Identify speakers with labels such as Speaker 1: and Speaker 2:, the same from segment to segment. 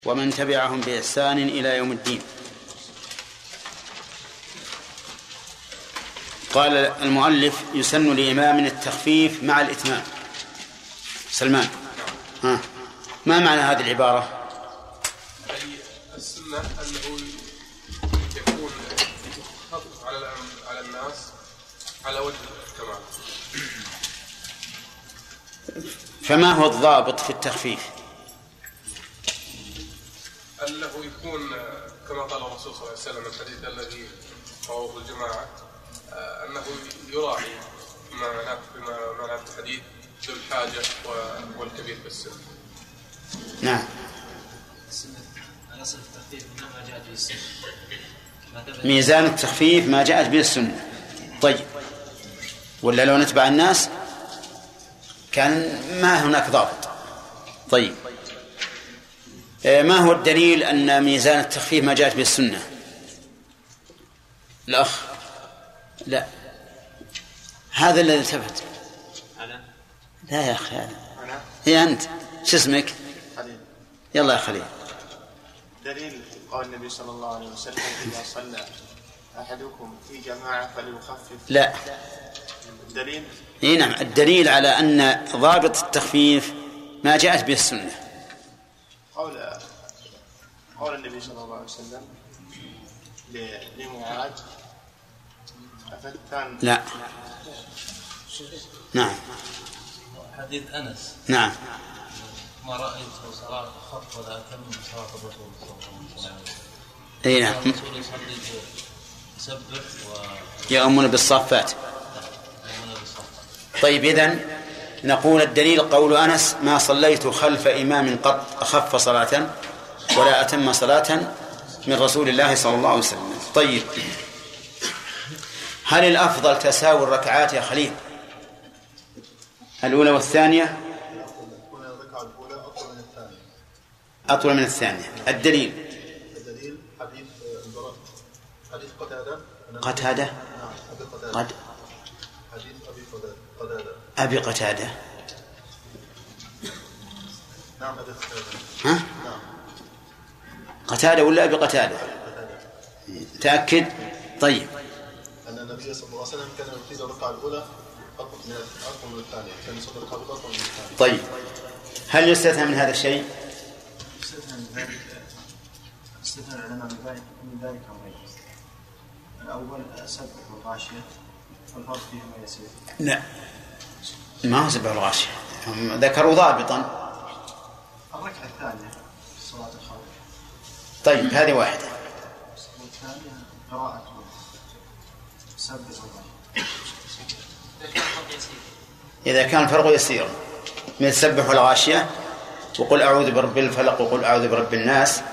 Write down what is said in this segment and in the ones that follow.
Speaker 1: ومن تبعهم بإحسان إلى يوم الدين. قال المؤلف: يسن لإمام التخفيف مع الإتمام. سلمان، ما معنى هذه العبارة؟
Speaker 2: السنة أنه يكون يخفف على الناس على وجه الكمال.
Speaker 1: فما هو الضابط في التخفيف؟
Speaker 2: أنه يكون كما قال الرسول صلى الله عليه وسلم الحديث الذي رواه الجماعة، أنه يراعي بما معناه الحديث ذو الحاجة والكبير في السن.
Speaker 1: نعم. ميزان التخفيف ما جاءت به السنة. طيب، ولا لو نتبع الناس كان ما هناك ضابط. طيب، ما هو الدليل أن ميزان التخفيف ما جاءت به السنة؟ الأخ، لا، هذا الذي ثبت. لا يا أخي، هي أنت شو اسمك؟
Speaker 3: خليل.
Speaker 1: يلا يا خليل.
Speaker 3: دليل قول النبي صلى الله عليه وسلم: إذا صلى أحدكم في جماعة فليخفف.
Speaker 1: لا،
Speaker 3: دليل.
Speaker 1: نعم، الدليل على أن ضابط التخفيف ما جاءت به السنة
Speaker 3: قول النبي صلى الله عليه وسلم لمعاذ: أفتان.
Speaker 1: لا. نعم.
Speaker 4: حديث أنس.
Speaker 1: نعم.
Speaker 4: ما رأيته صلاة خف ولا أتم صلاة الرسول صلى الله عليه وسلم.
Speaker 1: أي نعم.
Speaker 4: الرسول يصلي يسبح
Speaker 1: يؤمن بالصافات. طيب، إذن نقول الدليل قول أنس: ما صليت خلف إمام قط أخف صلاة ولا أتم صلاة من رسول الله صلى الله عليه وسلم. طيب، هل الأفضل تساوي الركعات يا خليل؟ الأولى والثانية؟ أطول من الثانية. الدليل
Speaker 5: حديث قتادة.
Speaker 1: قتادة.
Speaker 5: حديث
Speaker 1: أبي قتادة.
Speaker 5: نعم، أبي قتادة.
Speaker 1: ها؟
Speaker 5: نعم.
Speaker 1: قتادة ولا أبي قتادة؟ تأكد. طيب.
Speaker 5: أن النبي صلى الله عليه وسلم كان يقيد الركعة الأولى أطول من الثانية، كان يصلي الركعة الأولى أطول من الثانية.
Speaker 1: طيب، هل يستثنى من هذا الشيء؟
Speaker 6: استثنى العلماء من ذلك أمرين: الأول سبح والغاشية، والفرق فيهما يسير.
Speaker 1: لا، ما هو سبح الغاشية، هم ذكروا ضابطا.
Speaker 6: الركعة الثانية صلاة الخوف.
Speaker 1: طيب، هذه واحدة.
Speaker 6: والثانية قراءة سبح والغاشية.
Speaker 1: إذا كان الفرق يسير من سبح والغاشية وقل أعوذ برب الفلق وقل أعوذ برب الناس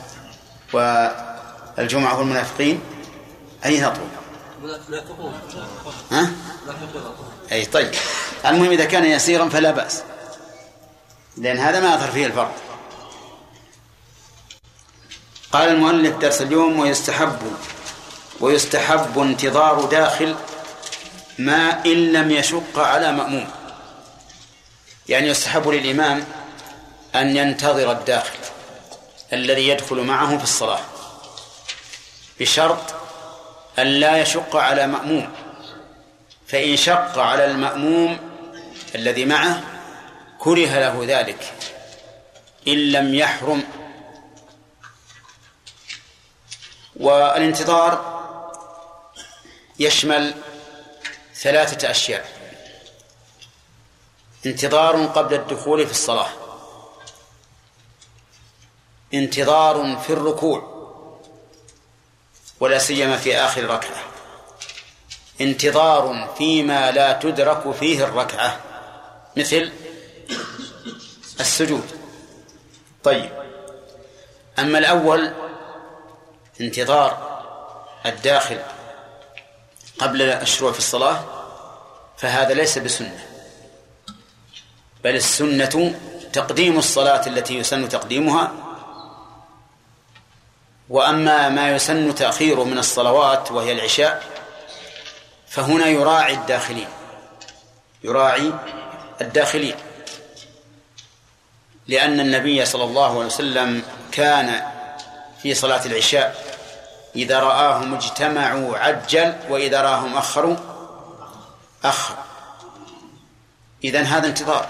Speaker 1: والجمعة والمنافقين، أي أطول؟ ها؟ أي. طيب، المهم إذا كان يسيرا فلا بأس، لأن هذا ما يظهر فيه الفرق. قال المؤلف: درس اليوم: ويستحب انتظار داخل ما إن لم يشق على مأموم. يعني يستحب للإمام أن ينتظر الداخل الذي يدخل معه في الصلاة، بشرط أن لا يشق على مأموم، فإن شق على المأموم الذي معه كره له ذلك إن لم يحرم. والانتظار يشمل 3 أشياء: انتظار قبل الدخول في الصلاة، انتظار في الركوع ولا سيما في آخر ركعة، انتظار فيما لا تدرك فيه الركعة مثل السجود. طيب، أما الأول انتظار الداخل قبل الشروع في الصلاة فهذا ليس بسنة، بل السنة تقديم الصلاة التي يسن تقديمها. وأما ما يسن تأخيره من الصلوات وهي العشاء فهنا يراعي الداخلين، لأن النبي صلى الله عليه وسلم كان في صلاة العشاء إذا رآهم اجتمعوا عجل وإذا رآهم أخروا أخر، إذن هذا انتظار.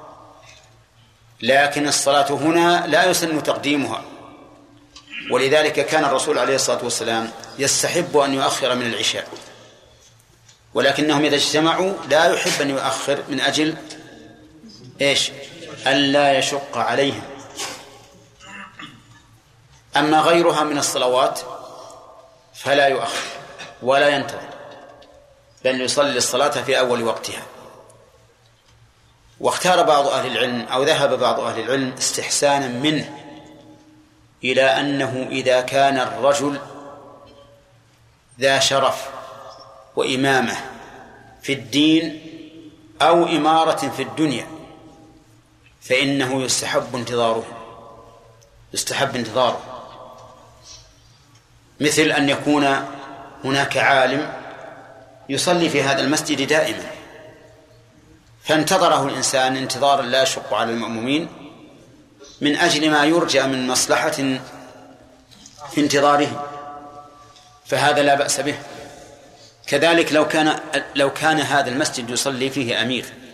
Speaker 1: لكن الصلاة هنا لا يسن تقديمها، ولذلك كان الرسول عليه الصلاة والسلام يستحب أن يؤخر من العشاء، ولكنهم إذا اجتمعوا لا يحب أن يؤخر من أجل إيش؟ ألا يشق عليهم. أما غيرها من الصلوات فلا يؤخر ولا ينتظر، بل يصلي الصلاة في أول وقتها. واختار بعض أهل العلم أو ذهب بعض أهل العلم استحسانا منه إلى أنه إذا كان الرجل ذا شرف وإمامة في الدين أو إمارة في الدنيا فإنه يستحب انتظاره، مثل أن يكون هناك عالم يصلي في هذا المسجد دائما فانتظره الإنسان انتظارا لا يشق على المأمومين من أجل ما يرجى من مصلحة في انتظاره، فهذا لا بأس به. كذلك لو كان هذا المسجد يصلي فيه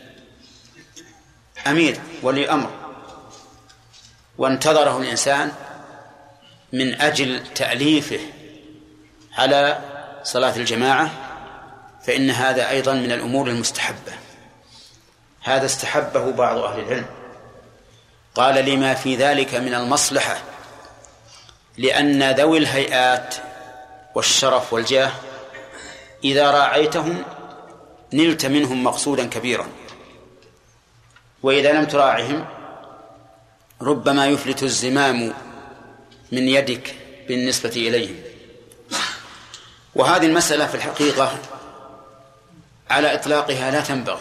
Speaker 1: أمير ولي أمر وانتظره الإنسان من أجل تأليفه على صلاة الجماعة فإن هذا أيضا من الأمور المستحبة. هذا استحبه بعض أهل العلم، قال لما في ذلك من المصلحة، لأن ذوي الهيئات والشرف والجاه إذا راعيتهم نلت منهم مقصودا كبيرا، وإذا لم تراعهم ربما يفلت الزمام من يدك بالنسبة إليهم. وهذه المسألة في الحقيقة على إطلاقها لا تنبغي،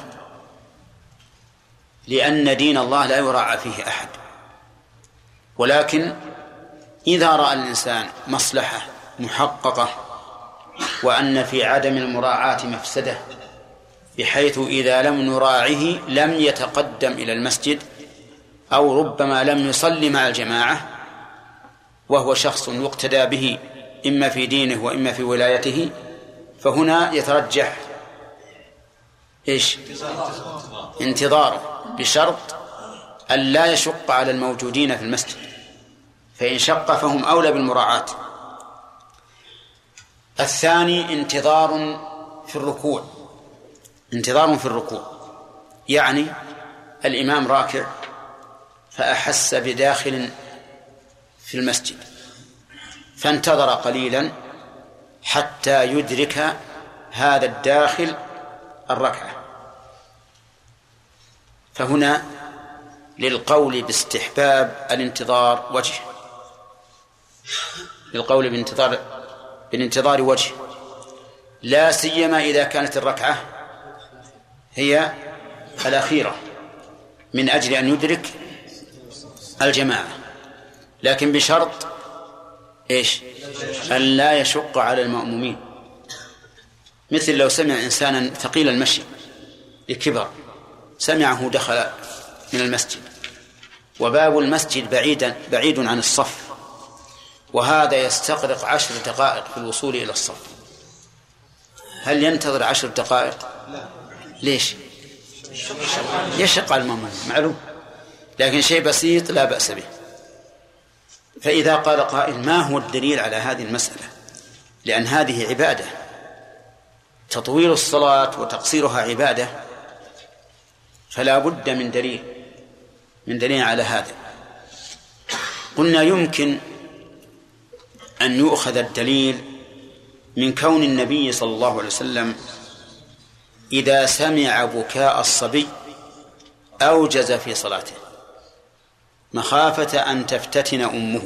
Speaker 1: لأن دين الله لا يراعى فيه أحد، ولكن إذا رأى الإنسان مصلحة محققة وأن في عدم المراعاة مفسدة بحيث إذا لم نراعه لم يتقدم إلى المسجد أو ربما لم يصلي مع الجماعة وهو شخص يقتدى به إما في دينه وإما في ولايته، فهنا يترجح انتظاره بشرط أن لا يشق على الموجودين في المسجد، فإن شق فهم أولى بالمراعاة. الثاني انتظار في الركوع، يعني الإمام راكع فأحس بداخل في المسجد فانتظر قليلا حتى يدرك هذا الداخل الركعة، فهنا للقول باستحباب الانتظار وجه، للقول بالانتظار وجه، لا سيما إذا كانت الركعة هي الأخيرة من أجل أن يدرك الجماعة، لكن بشرط أن لا يشق على المأمومين. مثل لو سمع إنسانا ثقيل المشي لكبر سمعه دخل من المسجد وباب المسجد بعيد عن الصف، وهذا يستغرق 10 دقائق في الوصول إلى الصف، هل ينتظر 10 دقائق؟ ليش؟ يشق على المأمومين معلوم، لكن شيء بسيط لا بأس به. فإذا قال قائل ما هو الدليل على هذه المسألة؟ لأن هذه عبادة، تطويل الصلاة وتقصيرها عبادة، فلا بد من دليل على هذا. قلنا يمكن أن يؤخذ الدليل من كون النبي صلى الله عليه وسلم إذا سمع بكاء الصبي أوجز في صلاته مخافة أن تفتتن أمه،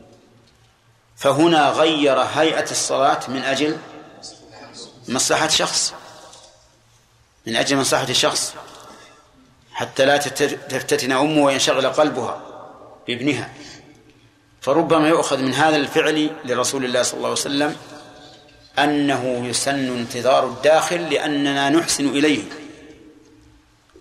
Speaker 1: فهنا غير هيئة الصلاة من أجل مصلحة شخص، حتى لا تفتتن أمه وينشغل قلبها بابنها. فربما يؤخذ من هذا الفعل لرسول الله صلى الله عليه وسلم أنه يسن انتظار الداخل لأننا نحسن إليه،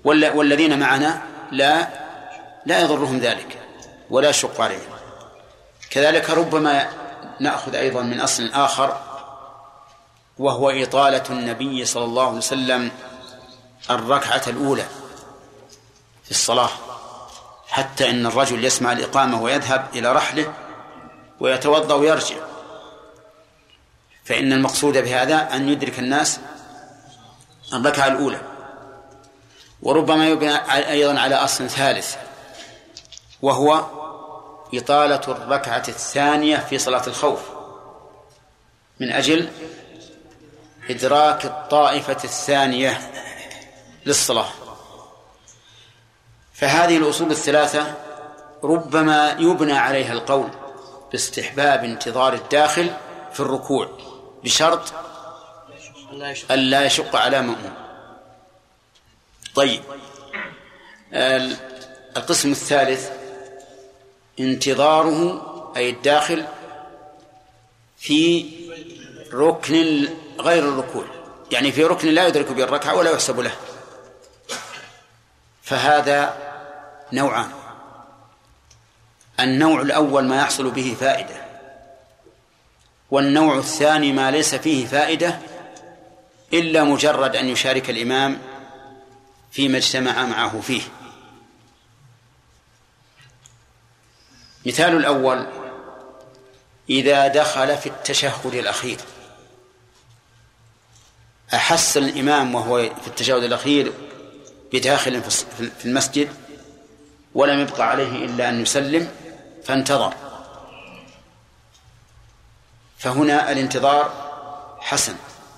Speaker 1: والذين معنا لا يضرهم ذلك ولا يشق عليهم. كذلك ربما نأخذ أيضا من أصل آخر، وهو إطالة النبي صلى الله عليه وسلم الركعة الأولى في الصلاة، حتى إن الرجل يسمع الإقامة ويذهب إلى رحله ويتوضأ ويرجع، فإن المقصود بهذا أن يدرك الناس الركعة الأولى. وربما يبنى أيضا على أصل ثالث، وهو إطالة الركعة الثانية في صلاة الخوف من أجل إدراك الطائفة الثانية للصلاة. فهذه الأصول الثلاثة ربما يبنى عليها القول باستحباب انتظار الداخل في الركوع بشرط أن لا يشق على مأموم. طيب، القسم الثالث انتظاره أي الداخل في ركن غير الركوع، يعني في ركن لا يدرك به الركعة ولا يحسب له، فهذا نوعان. النوع الأول ما يحصل به فائدة، والنوع الثاني ما ليس فيه فائدة إلا مجرد أن يشارك الإمام فيما اجتمع معه فيه. مثال الأول: إذا دخل في التشهد الأخير، أحس الإمام وهو في التشهد الأخير بداخل في المسجد ولم يبقى عليه إلا أن يسلم فانتظر، فهنا الانتظار حسن.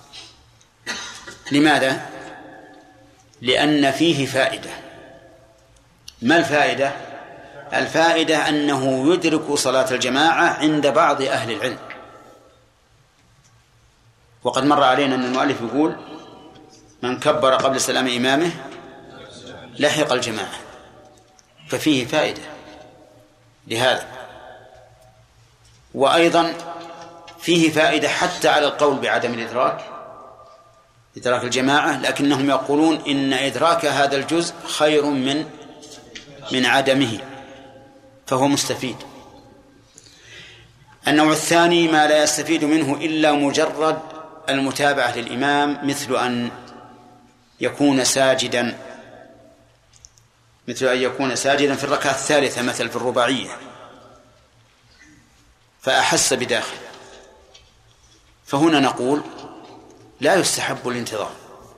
Speaker 1: لماذا؟ لأن فيه فائدة. ما الفائدة؟ الفائدة أنه يدرك صلاة الجماعة عند بعض أهل العلم، وقد مر علينا أن المؤلف يقول: من كبر قبل سلام إمامه لحق الجماعة، ففيه فائدة لهذا. وأيضا فيه فائدة حتى على القول بعدم إدراك الجماعة، لكنهم يقولون إن إدراك هذا الجزء خير من عدمه، فهو مستفيد. النوع الثاني ما لا يستفيد منه إلا مجرد المتابعة للإمام، مثل أن يكون ساجدا في الركعة الثالثة مثل في الرباعية فأحس بداخل، فهنا نقول لا يستحب الانتظار.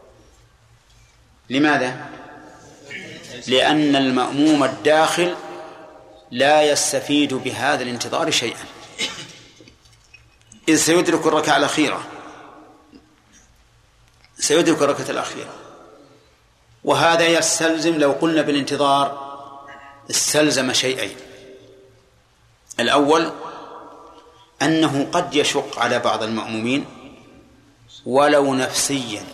Speaker 1: لماذا؟ لأن المأموم الداخل لا يستفيد بهذا الانتظار شيئا، إذ سيدرك الركعة الأخيرة، وهذا يستلزم، لو قلنا بالانتظار استلزم شيئين: الأول أنه قد يشق على بعض المأمومين ولو نفسيا،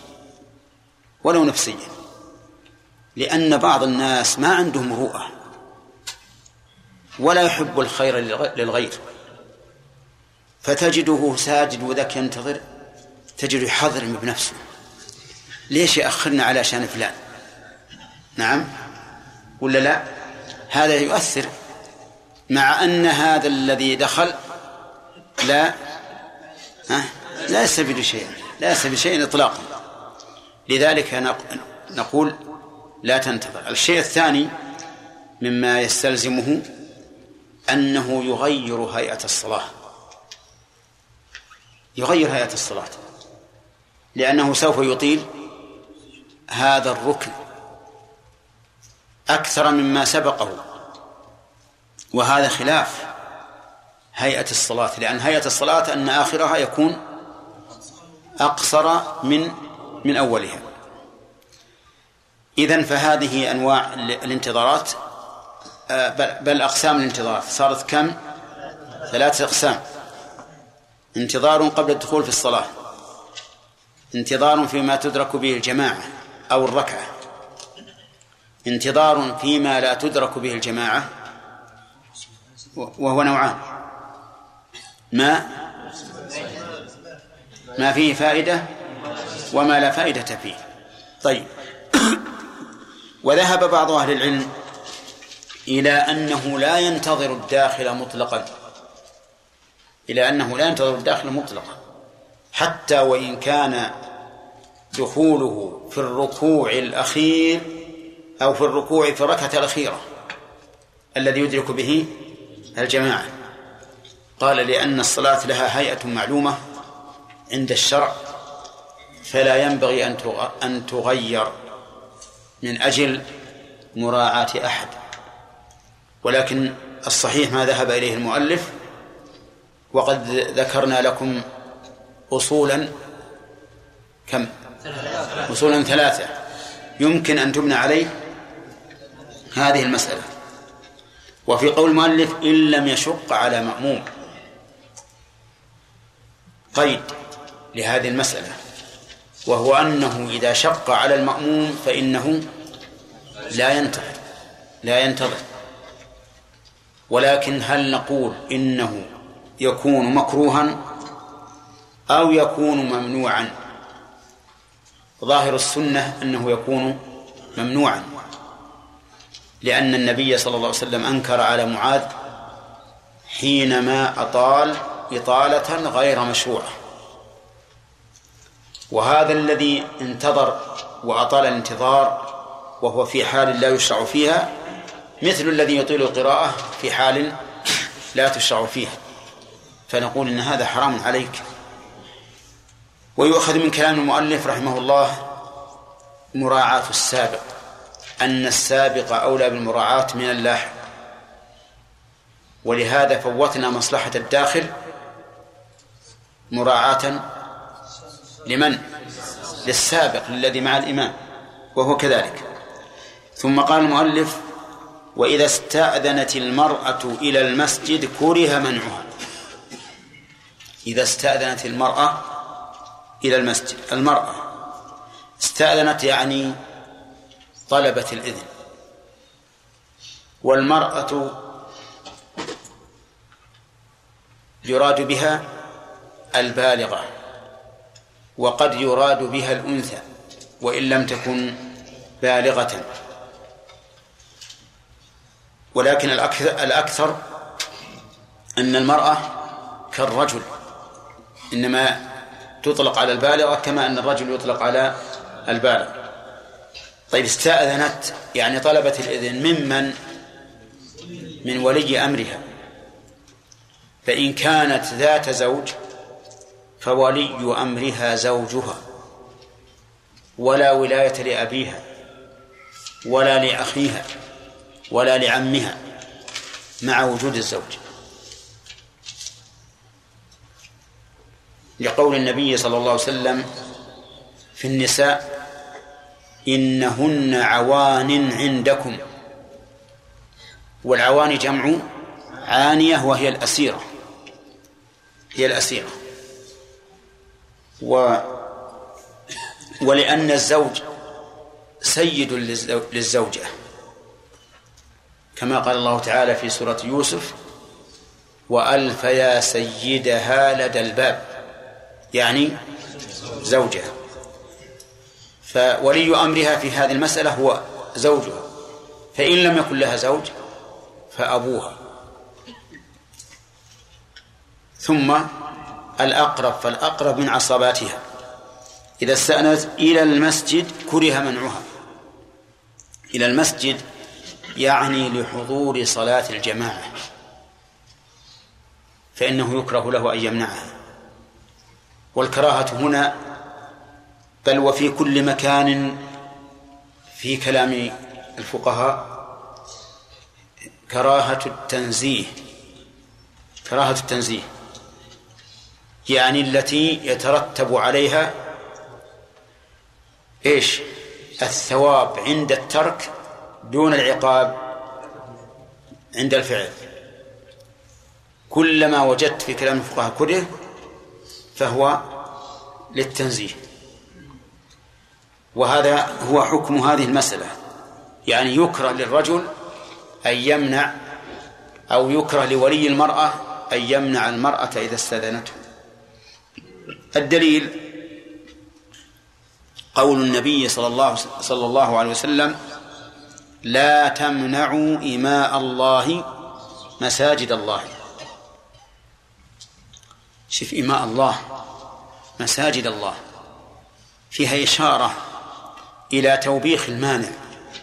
Speaker 1: لأن بعض الناس ما عندهم رؤى ولا يحب الخير للغير، فتجده ساجد وذاك ينتظر، تجده يحضرم بنفسه: ليش يأخرنا على شان فلان؟ نعم ولا لا؟ هذا يؤثر، مع أن هذا الذي دخل لا يستفيد شيئا إطلاقا. لذلك نقول لا تنتظر. الشيء الثاني مما يستلزمه أنه يغير هيئة الصلاة، لأنه سوف يطيل هذا الركن أكثر مما سبقه، وهذا خلاف هيئة الصلاة، لأن هيئة الصلاة أن آخرها يكون أقصر من أولها. إذن فهذه أنواع الانتظارات، بل أقسام الانتظار صارت كم؟ 3 أقسام: انتظار قبل الدخول في الصلاة، انتظار فيما تدرك به الجماعة أو الركعة، انتظار فيما لا تدرك به الجماعة، وهو نوعان: ما فيه فائدة وما لا فائدة فيه. طيب، وذهب بعض أهل العلم إلى أنه لا ينتظر الداخل مطلقا، إلى أنه لا ينتظر الداخل مطلقا، حتى وإن كان دخوله في الركوع الأخير أو في الركوع في الركعة الأخيرة الذي يدرك به الجماعة. قال لأن الصلاة لها هيئة معلومة عند الشرع، فلا ينبغي أن تغير من أجل مراعاة أحد. ولكن الصحيح ما ذهب إليه المؤلف، وقد ذكرنا لكم أصولا كم؟ أصولا 3 يمكن أن تبنى عليه هذه المسألة. وفي قول المؤلف إن لم يشق على مأموم قيد لهذه المسألة، وهو أنه إذا شق على المأموم فإنه لا ينتظر. ولكن هل نقول إنه يكون مكروها أو يكون ممنوعا؟ ظاهر السنة أنه يكون ممنوعا، لأن النبي صلى الله عليه وسلم أنكر على معاذ حينما أطال إطالة غير مشروعة. وهذا الذي انتظر وأطال الانتظار وهو في حال لا يشرع فيها مثل الذي يطيل القراءة في حال لا تشرع فيها، فنقول إن هذا حرام عليك. ويؤخذ من كلام المؤلف رحمه الله مراعاة السابق، أن السابق أولى بالمراعاة من اللاحق، ولهذا فوتنا مصلحة الداخل مراعاة لمن؟ للسابق الذي مع الإمام، وهو كذلك. ثم قال المؤلف وإذا استأذنت المرأة إلى المسجد كره منعها. إذا استأذنت المرأة إلى المسجد، المرأة استأذنت يعني طلبت الإذن، والمرأة يراد بها البالغة، وقد يراد بها الأنثى وإن لم تكن بالغة، ولكن الأكثر أن المرأة كالرجل، إنما تطلق على البالغة كما أن الرجل يطلق على البالغ. طيب استأذنت يعني طلبت الإذن ممن؟ من ولي أمرها، فإن كانت ذات زوج فولي أمرها زوجها، ولا ولاية لأبيها ولا لأخيها ولا لعمها مع وجود الزوج، لقول النبي صلى الله عليه وسلم في النساء إنهن عوان عندكم، والعوان جمع عانية وهي الأسيرة، هي الأسيرة. ولأن الزوج سيد للزوجة كما قال الله تعالى في سورة يوسف وألف يا سيدها لدى الباب، يعني زوجها، فولي أمرها في هذه المسألة هو زوجها، فإن لم يكن لها زوج فأبوها. ثم الأقرب فالأقرب من عصباتها إذا استأنت إلى المسجد كره منعها. إلى المسجد يعني لحضور صلاة الجماعة، فإنه يكره له أن يمنعها. والكراهة هنا بل وفي كل مكان في كلام الفقهاء كراهة التنزيه، كراهة التنزيه يعني التي يترتب عليها إيش؟ الثواب عند الترك دون العقاب عند الفعل. كلما وجدت في كلام الفقهاء كره فهو للتنزيه، وهذا هو حكم هذه المسألة. يعني يكره للرجل أن يمنع، أو يكره لولي المرأة أن يمنع المرأة إذا استأذنته. الدليل قول النبي صلى الله عليه وسلم لا تمنعوا إماء الله مساجد الله. شوف إماء الله، مساجد الله فيها إشارة إلى توبيخ المانع،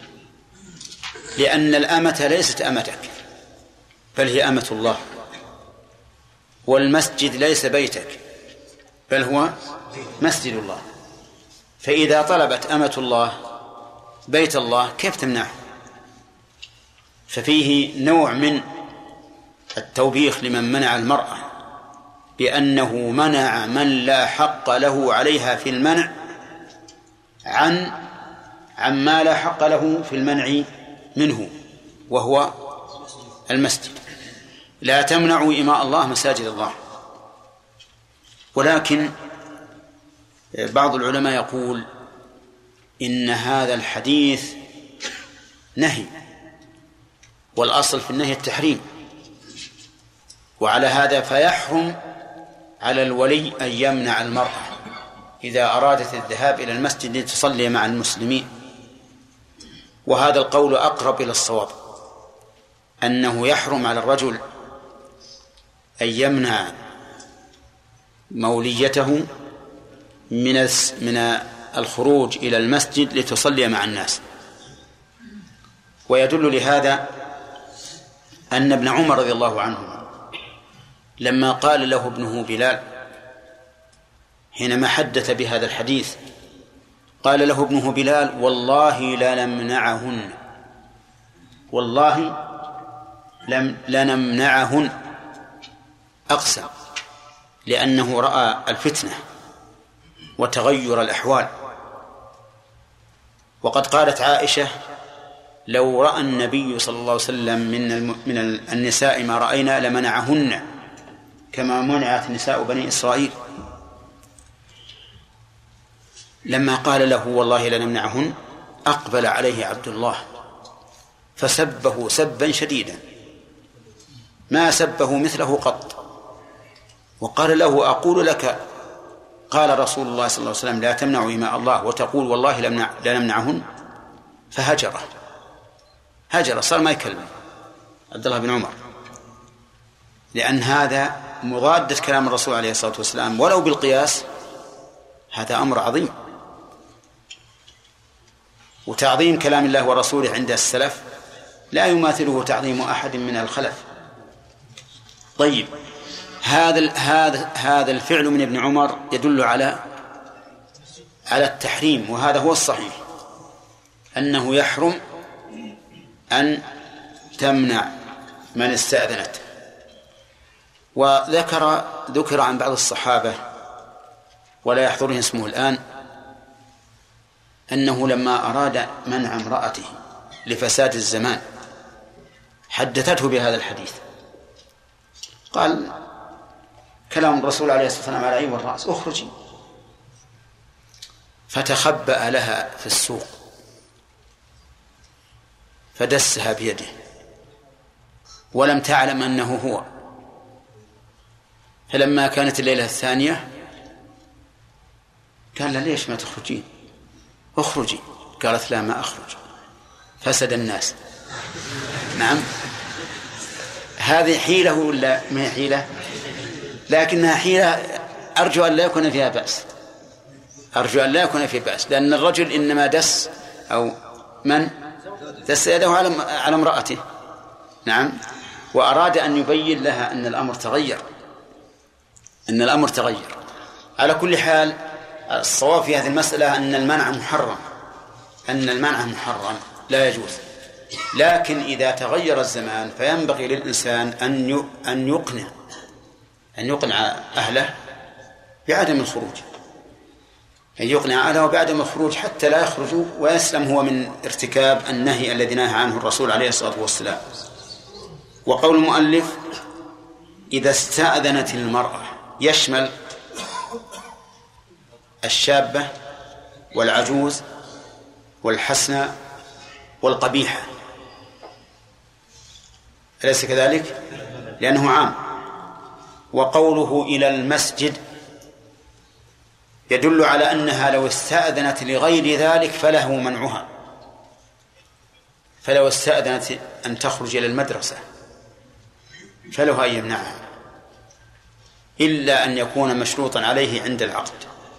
Speaker 1: لأن الأمة ليست أمتك بل هي أمة الله، والمسجد ليس بيتك بل هو مسجد الله. فإذا طلبت أمة الله بيت الله كيف تمنعه؟ ففيه نوع من التوبيخ لمن منع المرأة بأنه منع من لا حق له عليها في المنع عن ما لا حق له في المنع منه، وهو المسجد. لا تمنعوا إماء الله مساجد الله. ولكن بعض العلماء يقول إن هذا الحديث نهي، والأصل في النهي التحريم، وعلى هذا فيحرم على الولي أن يمنع المرأة إذا أرادت الذهاب إلى المسجد لتصلي مع المسلمين. وهذا القول أقرب إلى الصواب، أنه يحرم على الرجل أن يمنع موليته من الخروج إلى المسجد لتصلي مع الناس. ويدل لهذا أن ابن عمر رضي الله عنه لما قال له ابنه بلال حينما حدث بهذا الحديث، قال له ابنه بلال: والله لا نمنعهن، والله لنمنعهن، أقسم، لأنه رأى الفتنة وتغير الأحوال. وقد قالت عائشة: لو رأى النبي صلى الله عليه وسلم من النساء ما رأينا لمنعهن كما منعت نساء بني إسرائيل. لما قال له والله لنمنعهن أقبل عليه عبد الله فسبه سبا شديدا ما سبه مثله قط، وقال له: أقول لك قال رسول الله صلى الله عليه وسلم لا تمنعوا إماء الله وتقول والله لا نمنعهن. فهجر، صار ما يكلم عبد الله بن عمر، لأن هذا مضادة كلام الرسول عليه الصلاة والسلام، ولو بالقياس هذا أمر عظيم. وتعظيم كلام الله ورسوله عند السلف لا يماثله تعظيم أحد من الخلف. طيب، هذا الفعل من ابن عمر يدل على التحريم، وهذا هو الصحيح، أنه يحرم أن تمنع من استأذنت. وذكر عن بعض الصحابة ولا يحضرني اسمه الآن أنه لما أراد منع امرأته لفساد الزمان حدثته بهذا الحديث، قال كلام الرسول عليه الصلاة والسلام على عين والرأس: اخرجي. فتخبأ لها في السوق فدسها بيده ولم تعلم أنه هو. فلما كانت الليلة الثانية قال لها: ليش ما تخرجين؟ اخرجي. قالت: لا، ما أخرج. فسد الناس. نعم، هذه حيلة ولا ما هي حيلة؟ لكنها حيلة أرجو أن لا يكون فيها بأس، أرجو أن لا يكون فيها بأس، لأن الرجل إنما دس أو من دس يده على امرأته. نعم، وأراد أن يبين لها أن الأمر تغير، على كل حال الصواب في هذه المسألة أن المنع محرم لا يجوز. لكن إذا تغير الزمان فينبغي للإنسان أن يقنع أهله بعدم الخروج، حتى لا يخرجوا ويسلم هو من ارتكاب النهي الذي نهى عنه الرسول عليه الصلاة والسلام. وقول المؤلف: إذا استأذنت المرأة يشمل الشابة والعجوز والحسنى والقبيحة، أليس كذلك؟ لأنه عام. وقوله إلى المسجد يدل على أنها لو استأذنت لغير ذلك فله منعها، فلو استأذنت أن تخرج إلى المدرسة فله أن يمنعها. إلا أن يكون مشروطا عليه عند العقد.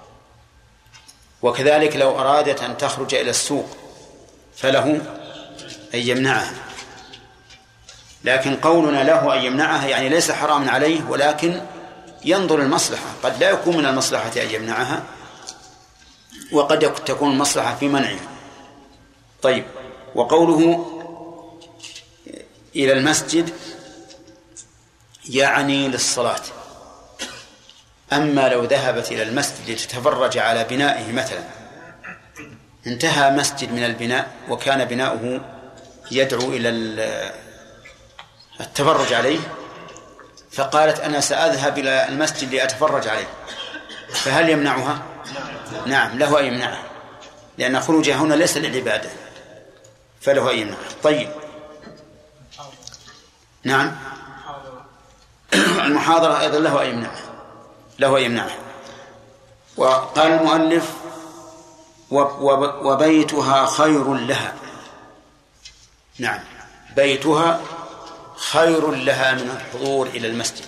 Speaker 1: وكذلك لو أرادت أن تخرج إلى السوق فله أن يمنعها، لكن قولنا له أن يمنعها يعني ليس حراما عليه، ولكن ينظر المصلحة، قد لا يكون من المصلحة أن يمنعها، وقد تكون المصلحة في منعها. طيب، وقوله إلى المسجد يعني للصلاة. أما لو ذهبت إلى المسجد لتتفرج على بنائه مثلا، انتهى مسجد من البناء وكان بناؤه يدعو إلى التفرج عليه، فقالت أنا سأذهب إلى المسجد لأتفرج عليه، فهل يمنعها؟ نعم، له أن يمنعها، لأن خروجها هنا ليس للعبادة، فله أن يمنعها. طيب، نعم، المحاضرة أيضا له أن يمنعها، له أن يمنعها. وقال المؤلف وبيتها خير لها. نعم، بيتها خير لها من الحضور إلى المسجد،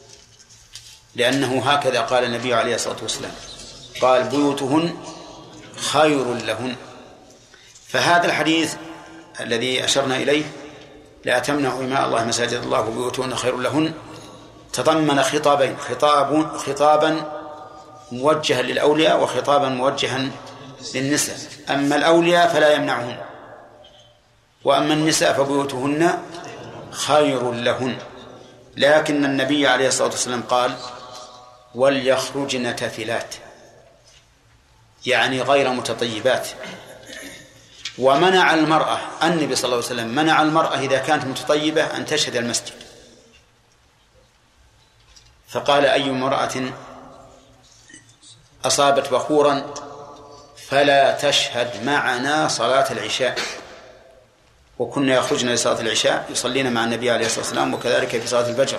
Speaker 1: لأنه هكذا قال النبي عليه الصلاة والسلام، قال بيوتهن خير لهن. فهذا الحديث الذي أشرنا إليه لا تمنعوا إماء الله مساجد الله وبيوتهن خير لهن تضمن خطابين، خطابا موجها للأولياء وخطابا موجها للنساء. أما الأولياء فلا يمنعهن، وأما النساء فبيوتهن خير لهن. لكن النبي عليه الصلاة والسلام قال وليخرجن تافلات، يعني غير متطيبات. ومنع المرأة، النبي صلى الله عليه وسلم منع المرأة إذا كانت متطيبة أن تشهد المسجد، فقال أي امرأة أصابت بخورا فلا تشهد معنا صلاة العشاء. وكنا يخرجن لصلاة العشاء يصلين مع النبي عليه الصلاة والسلام، وكذلك في صلاة الفجر،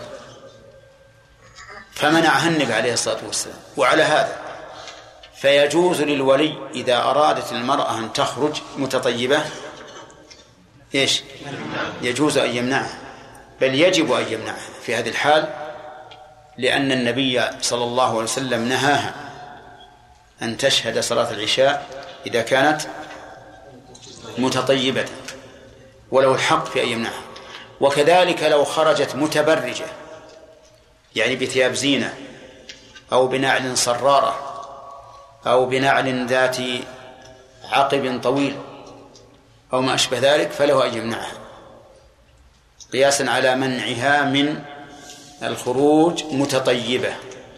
Speaker 1: فمنعها النبي عليه الصلاة والسلام. وعلى هذا فيجوز للولي إذا أرادت المرأة أن تخرج متطيبة إيش؟ يجوز أن يمنعها، بل يجب أن يمنعها في هذه الحال، لأن النبي صلى الله عليه وسلم نهاها أن تشهد صلاة العشاء إذا كانت متطيبة، وله الحق في أن يمنعها. وكذلك لو خرجت متبرجة، يعني بثياب زينة أو بنعل صرارة أو بنعل ذات عقب طويل أو ما أشبه ذلك، فله أن يمنعها قياسا على منعها من الخروج متطيبة.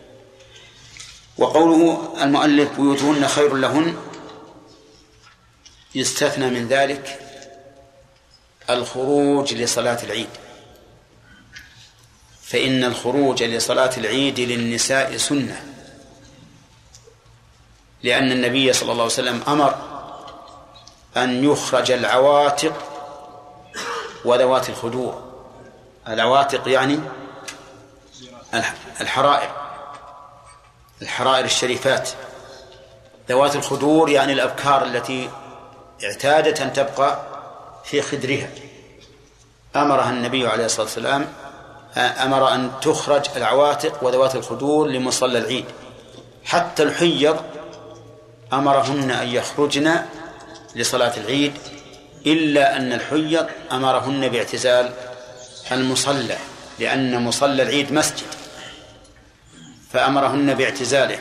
Speaker 1: وقوله المؤلف بيوتهن خير لهن يستثنى من ذلك الخروج لصلاة العيد، فإن الخروج لصلاة العيد للنساء سنة، لأن النبي صلى الله عليه وسلم أمر أن يخرج العواتق وذوات الخدور. العواتق يعني الحرائر الشريفات، ذوات الخدور يعني الأبكار التي اعتادت أن تبقى في خدرها. أمرها النبي عليه الصلاة والسلام، أمر أن تخرج العواتق وذوات الخدور لمصلى العيد. حتى الحيض أمرهن أن يخرجن لصلاة العيد، إلا أن الحيض أمرهن باعتزال المصلى، لأن مصلى العيد مسجد، فأمرهن باعتزاله.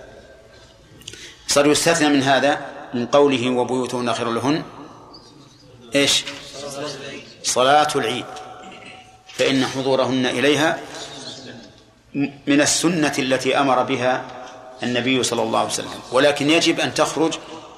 Speaker 1: صار يستثنى من هذا من قوله وبيوتهن خير لهن إيش؟ صلاة العيد، فإن حضورهن إليها من السنة التي أمر بها النبي صلى الله عليه وسلم. ولكن يجب أن تخرج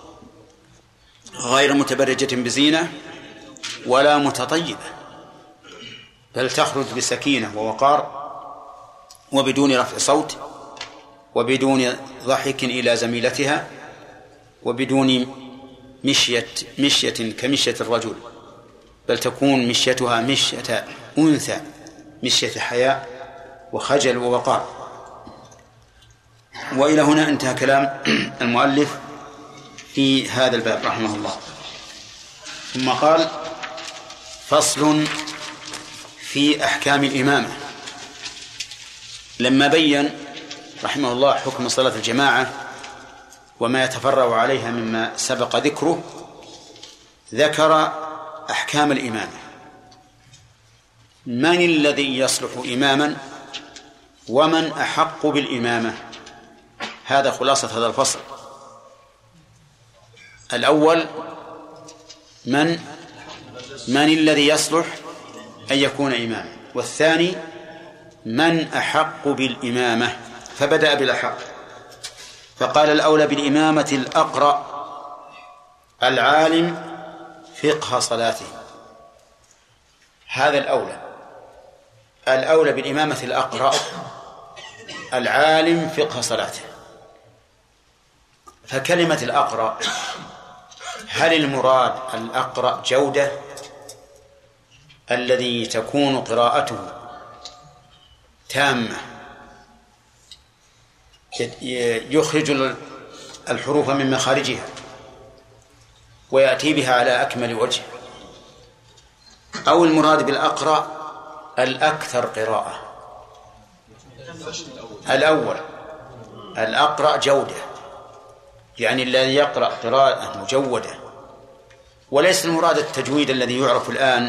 Speaker 1: غير متبرجة بزينة ولا متطيبة، بل تخرج بسكينة ووقار وبدون رفع صوت وبدون ضحك إلى زميلتها وبدون مشية كمشية الرجل، بل تكون مشيتها مشية أنثى، مشية حياء وخجل ووقار. وإلى هنا انتهى كلام المؤلف في هذا الباب رحمه الله. ثم قال فصل في أحكام الإمامة. لما بين رحمه الله حكم صلاة الجماعة وما يتفرع عليها مما سبق ذكره، ذكر أحكام الإمامة. من الذي يصلح إماما ومن أحق بالإمامة؟ هذا خلاصة هذا الفصل. الأول من الذي يصلح أن يكون إماما، والثاني من أحق بالإمامة، فبدأ بالأحق فقال الأولى بالإمامة الأقرأ العالم فقه صلاته. هذا الأولى بالإمامة الأقرأ العالم فقه صلاته. فكلمة الأقرأ هل المراد الأقرأ جودة الذي تكون قراءته تامة يخرج الحروف من مخارجها ويأتي بها على أكمل وجه، أو المراد بالأقرأ الأكثر قراءة؟ الأول الأقرأ جودة، يعني الذي يقرأ قراءة مجودة، وليس المراد التجويد الذي يعرف الآن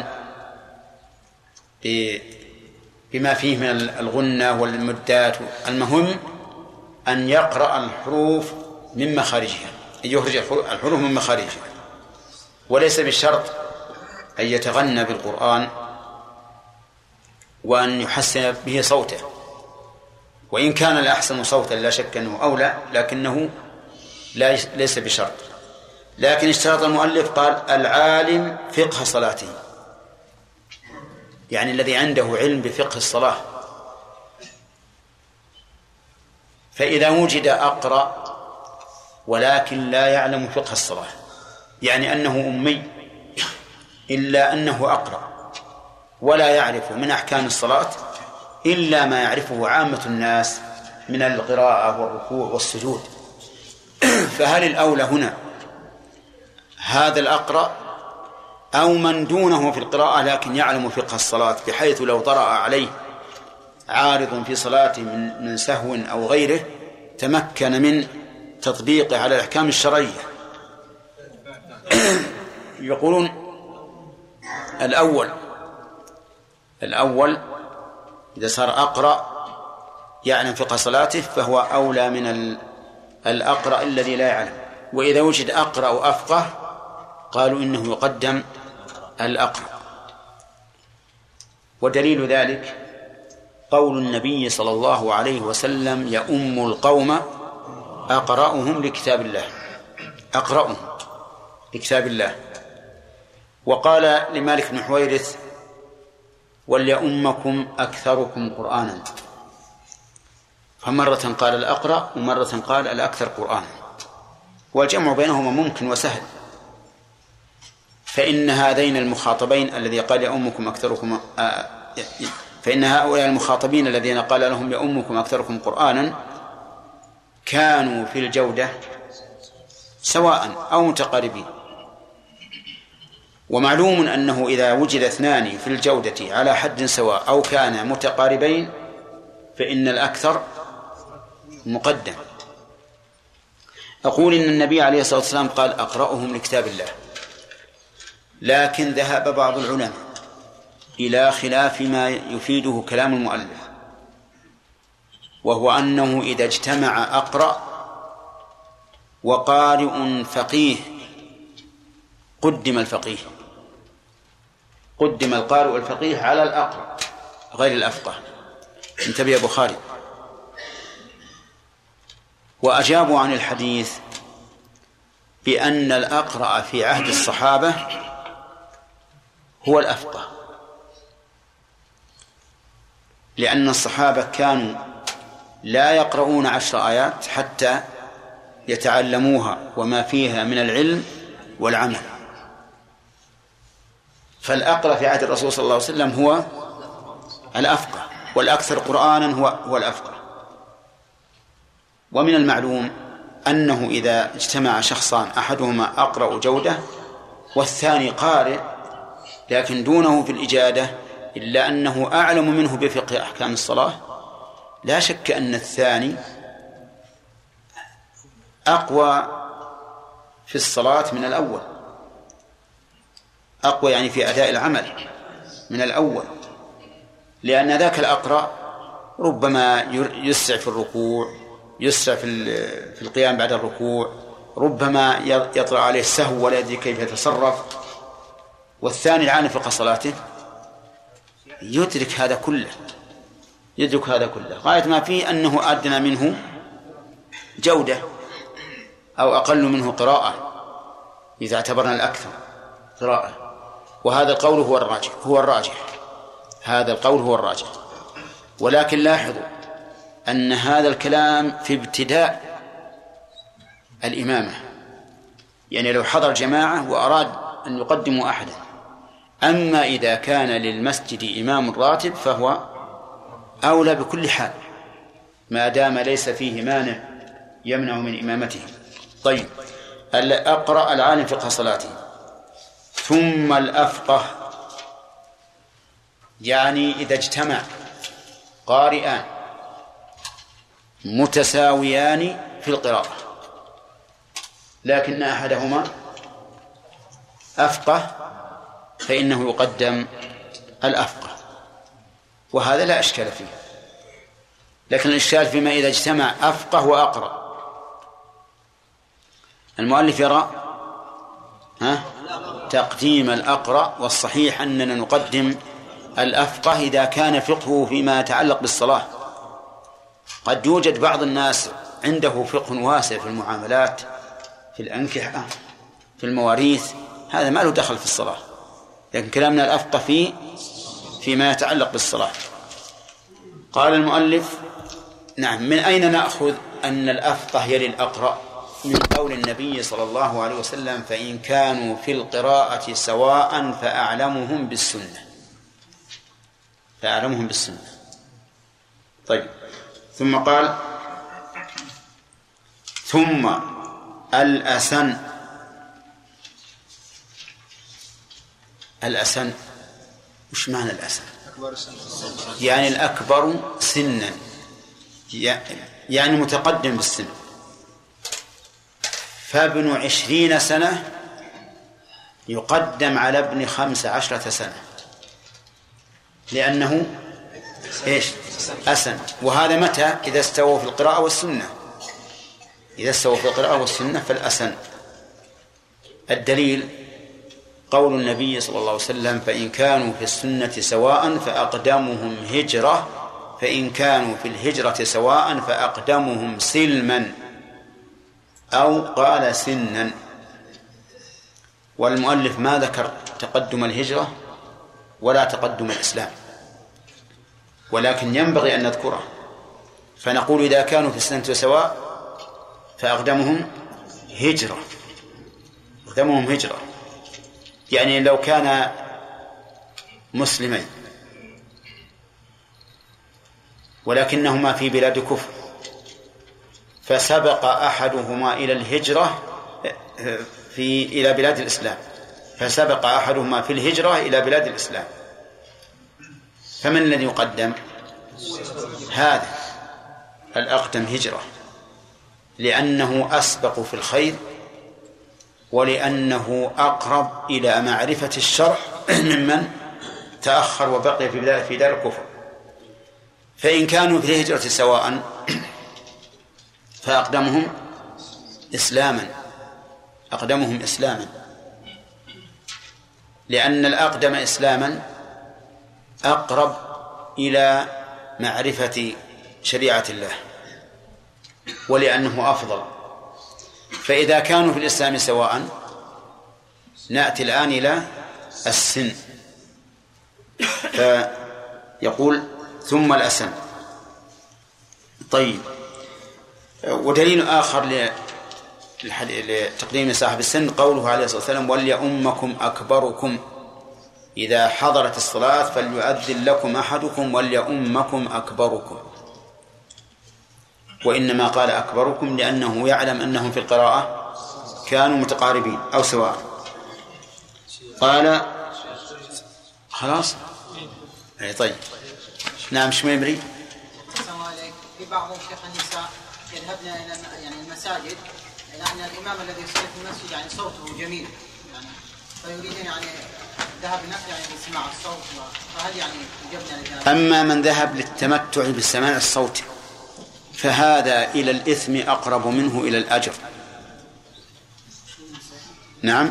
Speaker 1: بما فيه من الغنة والمدات. المهم أن يقرأ الحروف من مخارجها، أن يخرج الحروف من مخارجها، وليس بالشرط أن يتغنى بالقرآن وأن يحسن به صوته، وإن كان الأحسن صوتا لا شك أنه أولى، لكنه ليس بشرط. لكن اشترط المؤلف قال العالم فقه صلاته، يعني الذي عنده علم بفقه الصلاة. فإذا وجد أقرأ ولكن لا يعلم فقه الصلاة، يعني أنه أمي إلا أنه أقرأ ولا يعرف من أحكام الصلاة إلا ما يعرفه عامة الناس من القراءة والركوع والسجود، فهل الأولى هنا هذا الأقرأ أو من دونه في القراءة لكن يعلم فقه الصلاة، بحيث لو طرأ عليه عارض في صلاته من سهو أو غيره تمكن من تطبيقه على الأحكام الشرعية؟ يقولون الأول إذا صار أقرأ يعلم فقه صلاته فهو أولى من الأقرأ الذي لا يعلم. وإذا وجد أقرأ وأفقه قالوا إنه يقدم الأقرأ. ودليل ذلك قول النبي صلى الله عليه وسلم يؤم القوم أقرأهم لكتاب الله، أقرأهم لكتاب الله. وقال لمالك بن حويرث وليؤمكم أكثركم قرآنا، فمرة قال الأقرأ ومرة قال الأكثر قرآنا، والجمع بينهما ممكن وسهل. فإن هذين المخاطبين الذي قال يؤمكم أكثركم فإن هؤلاء المخاطبين الذين قال لهم يؤمكم أكثركم قرآنا كانوا في الجودة سواء أو متقاربين. ومعلوم أنه إذا وجد اثنان في الجودة على حد سواء أو كانا متقاربين فإن الأكثر مقدم. أقول إن النبي عليه الصلاة والسلام قال أقرأهم لكتاب الله، لكن ذهب بعض العلماء إلى خلاف ما يفيده كلام المؤلف، وهو أنه إذا اجتمع أقرأ وقارئ فقيه قدم الفقيه، قدم القارئ والفقيه على الأقرأ غير الأفقه. انتبه يا بخاري. وأجابوا عن الحديث بأن الأقرأ في عهد الصحابة هو الأفقه، لأن الصحابة كانوا لا يقرؤون 10 آيات حتى يتعلموها وما فيها من العلم والعمل. فالأقرأ في عهد الرسول صلى الله عليه وسلم هو الأفقه، والأكثر قرآنا هو الأفقه. ومن المعلوم أنه إذا اجتمع شخصان أحدهما أقرأ جودة والثاني قارئ لكن دونه في الإجادة إلا أنه أعلم منه بفقه أحكام الصلاة، لا شك أن الثاني أقوى في الصلاة من الأول، أقوى يعني في أداء العمل من الأول، لأن ذاك الأقرأ ربما يسرع في الركوع، يسرع في القيام بعد الركوع، ربما يطرأ عليه السهو ولا يدري كيف يتصرف. والثاني العاني في صلاته يدرك هذا كله، غاية ما فيه أنه أدنى منه جودة أو أقل منه قراءة إذا اعتبرنا الأكثر قراءة. وهذا القول هو الراجح. ولكن لاحظوا أن هذا الكلام في ابتداء الإمامة، يعني لو حضر جماعة وأراد أن يقدموا أحدا. أما إذا كان للمسجد إمام راتب فهو أولى بكل حال ما دام ليس فيه مانع يمنع من إمامته. طيب، الأقرأ العالم فقه صلاته. ثم الأفقه، يعني إذا اجتمع قارئان متساويان في القراءة لكن أحدهما أفقه فإنه يقدم الأفقه، وهذا لا إشكال فيه. لكن الإشكال فيما إذا اجتمع أفقه وأقرأ. المؤلف يرى تقديم الأقرأ، والصحيح أننا نقدم الأفقه إذا كان فقهه فيما يتعلق بالصلاة. قد يوجد بعض الناس عنده فقه واسع في المعاملات، في الأنكحة، في المواريث، هذا ما له دخل في الصلاة، لكن كلامنا الأفقه فيما يتعلق بالصلاة. قال المؤلف: نعم. من أين نأخذ أن الأفقه يلي الأقرأ؟ من قول النبي صلى الله عليه وسلم: فإن كانوا في القراءة سواء فأعلمهم بالسنة. طيب، ثم قال: ثم الأسن. الأسن وش معنى الأسن؟ يعني الأكبر سنا، يعني متقدم بالسن. فابن 20 سنة يقدم على ابن 15 سنة لأنه أسن. وهذا متى؟ إذا استووا في القراءة والسنة، فالأسن. الدليل قول النبي صلى الله عليه وسلم: فإن كانوا في السنة سواء فأقدمهم هجرة، فإن كانوا في الهجرة سواء فأقدمهم سلما، أو قال سنا. والمؤلف ما ذكر تقدم الهجرة ولا تقدم الإسلام، ولكن ينبغي أن نذكره، فنقول إذا كانوا في السنة سواء فأقدمهم هجرة. يعني لو كان مسلمين ولكنهما في بلاد كفر فسبق أحدهما إلى الهجرة إلى بلاد الإسلام، فسبق أحدهما في الهجرة إلى بلاد الإسلام، فمن الذي يقدم؟ هذا الأقدم هجرة، لأنه أسبق في الخير ولأنه أقرب إلى معرفة الشرع ممن تأخر وبقي في دار الكفر. فإن كانوا في الهجرة سواء فأقدمهم إسلاما، لأن الأقدم إسلاما أقرب إلى معرفة شريعة الله ولأنه أفضل. فإذا كانوا في الإسلام سواء نأتي الآن إلى السن، فيقول: ثم الأسن. طيب، ودليل آخر لتقديم صاحب السن قوله عليه الصلاة والسلام: وليؤمكم أكبركم، إذا حضرت الصلاة فليؤذن لكم أحدكم وليؤمكم أكبركم. وإنما قال أكبركم لأنه يعلم أنهم في القراءة كانوا متقاربين أو سواء. قال: خلاص. طيب، نعم. شميمري.
Speaker 7: السلام عليكم. في بعض شيخ النساء يذهبن إلى يعني المساجد لأن الإمام الذي يصلي في المسجد يعني صوته جميل يعني فيريدون يعني ذهب نفسه يعني لسماع الصوت فهل يعني يجبنا لذلك؟
Speaker 1: أما من ذهب للتمتع بالسماع الصوت فهذا إلى الإثم أقرب منه إلى الأجر. نعم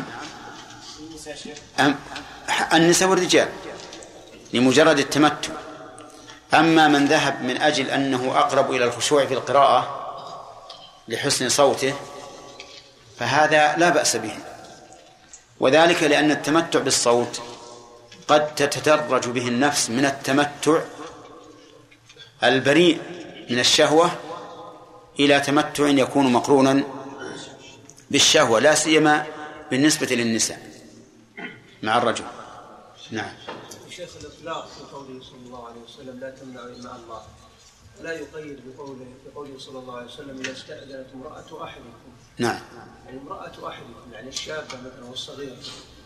Speaker 1: النساء والرجال لمجرد التمتع. أما من ذهب من أجل أنه أقرب إلى الخشوع في القراءة لحسن صوته فهذا لا بأس به، وذلك لأن التمتع بالصوت قد تتدرج به النفس من التمتع البريء من الشهوة إلى تمتع يكون مقرونا بالشهوة، لا سيما بالنسبة للنساء مع الرجل. نعم.
Speaker 8: الشيخ الإطلاق في قوله صلى الله عليه وسلم لا تمنعوا إماء الله لا يقيد بقوله صلى الله عليه وسلم إذا استأذنت امرأة أحدكم.
Speaker 1: نعم.
Speaker 8: يعني امرأة أحدكم يعني الشابة مثلا والصغيرة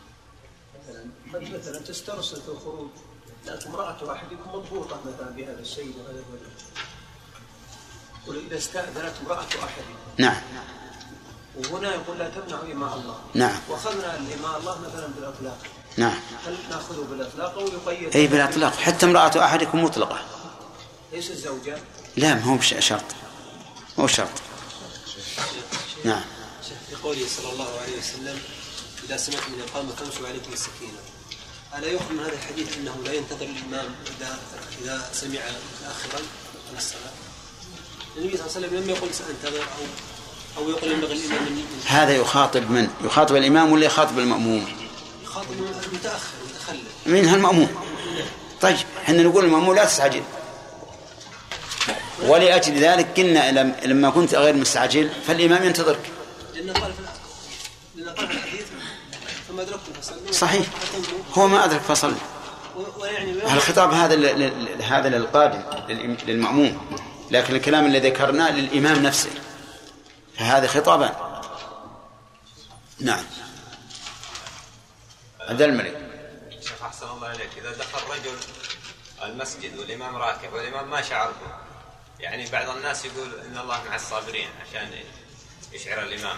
Speaker 8: مثلا تسترسل في الخروج لكن امرأة أحدكم مضبوطة مثلا بهذا السيد وهذا الرجل. يقول إذا استأذنت امرأة أحدكم.
Speaker 1: نعم.
Speaker 8: وهنا يقول لا تمنعوا إماء الله.
Speaker 1: نعم.
Speaker 8: وأخذنا الإماء الله مثلا بالإطلاق.
Speaker 1: نعم.
Speaker 8: هل نأخذه بالإطلاق أو يقيد؟
Speaker 1: أي بالإطلاق، حتى امرأة أحدكم مطلقة.
Speaker 8: ليس الزوجة؟
Speaker 1: لا ما هو شرط، مو شرط. نعم.
Speaker 9: في قوله صلى الله عليه وسلم إذا سمعتم من الإقامة فامشوا عليكم السكينة، ألا يخبر من هذا الحديث أنه لا ينتظر الإمام إذا سمع متأخرا من الصلاة؟ النبي صلى الله عليه وسلم لم يقل سأنتظر أو يقول ينبغي الإمام من
Speaker 1: هذا يخاطب من؟ يخاطب الإمام ولا يخاطب المأموم؟
Speaker 9: يخاطب المتأخر متخلف
Speaker 1: منها المأموم. طيب حنا نقول المأموم لا تستعجل، ولأجل ذلك قلنا لما كنت غير مستعجل فالإمام ينتظرك.
Speaker 9: لأن قال في الحديث ثم أدركتم فصلوا.
Speaker 1: صحيح، هو ما أدرك فصل. الخطاب هذا للقادم للمأموم، لكن الكلام الذي ذكرناه للإمام نفسه، فهذا خطابان. نعم. عبد الملك.
Speaker 10: شيخ أحسن الله عليك، إذا دخل رجل المسجد والإمام راكع والإمام ما شعر به، يعني بعض الناس يقول إن الله مع الصابرين عشان يشعر الإمام.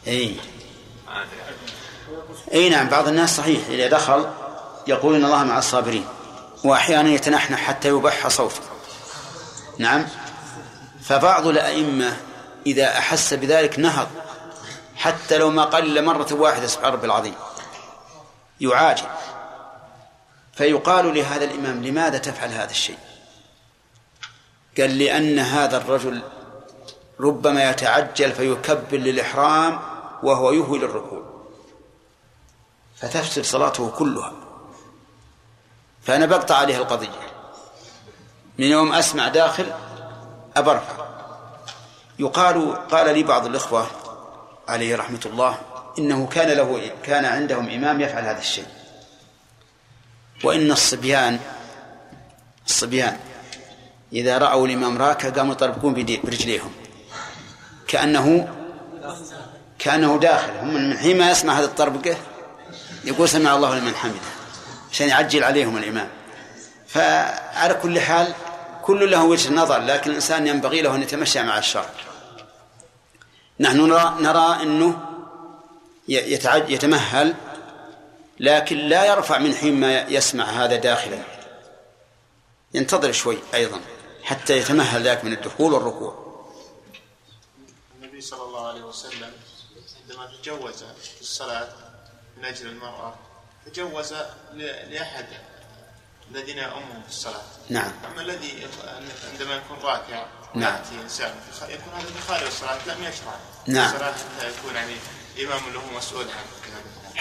Speaker 1: أي نعم، بعض الناس صحيح إذا دخل يقول إن الله مع الصابرين، وأحيانا يتنحنح حتى يبح صوته. نعم. فبعض الأئمة إذا أحس بذلك نهض حتى لو ما قل مرة واحدة سبحان ربي العظيم، يعاجل. فيقال لهذا الإمام لماذا تفعل هذا الشيء؟ قال لأن هذا الرجل ربما يتعجل فيكبر للإحرام وهو يهوي للركوع فتفسد صلاته كلها، فأنا بقطع عليه القضية من يوم أسمع داخل أبرفع. قال لي بعض الإخوة عليه رحمة الله إنه كان عندهم إمام يفعل هذا الشيء، وإن الصبيان إذا رأوا الإمام راكع قاموا يطربكون برجليهم كأنه داخل، هم من حين ما يسمع هذا الطربكة يقول سمع الله لمن حمده عشان يعجل عليهم الإمام. فعلى كل حال كل له وجه نظر، لكن الإنسان ينبغي له أن يتمشى مع الشرع. نحن نرى أنه يتمهل، لكن لا يرفع من حين ما يسمع هذا داخلا، ينتظر شوي أيضا حتى يتمهل ذاك من الدخول والركوع.
Speaker 3: النبي صلى الله عليه وسلم عندما تجوز الصلاة من أجل المرأة تجوز لأحد الذين يؤمهم في الصلاة.
Speaker 1: نعم.
Speaker 3: أما الذي عندما يكون راكع
Speaker 1: نعم.
Speaker 3: يأتي إنسان يكون هذا في خارج الصلاة لم يشرع.
Speaker 1: نعم.
Speaker 3: الصلاة حتى يكون يعني إمام له مسؤول عنه.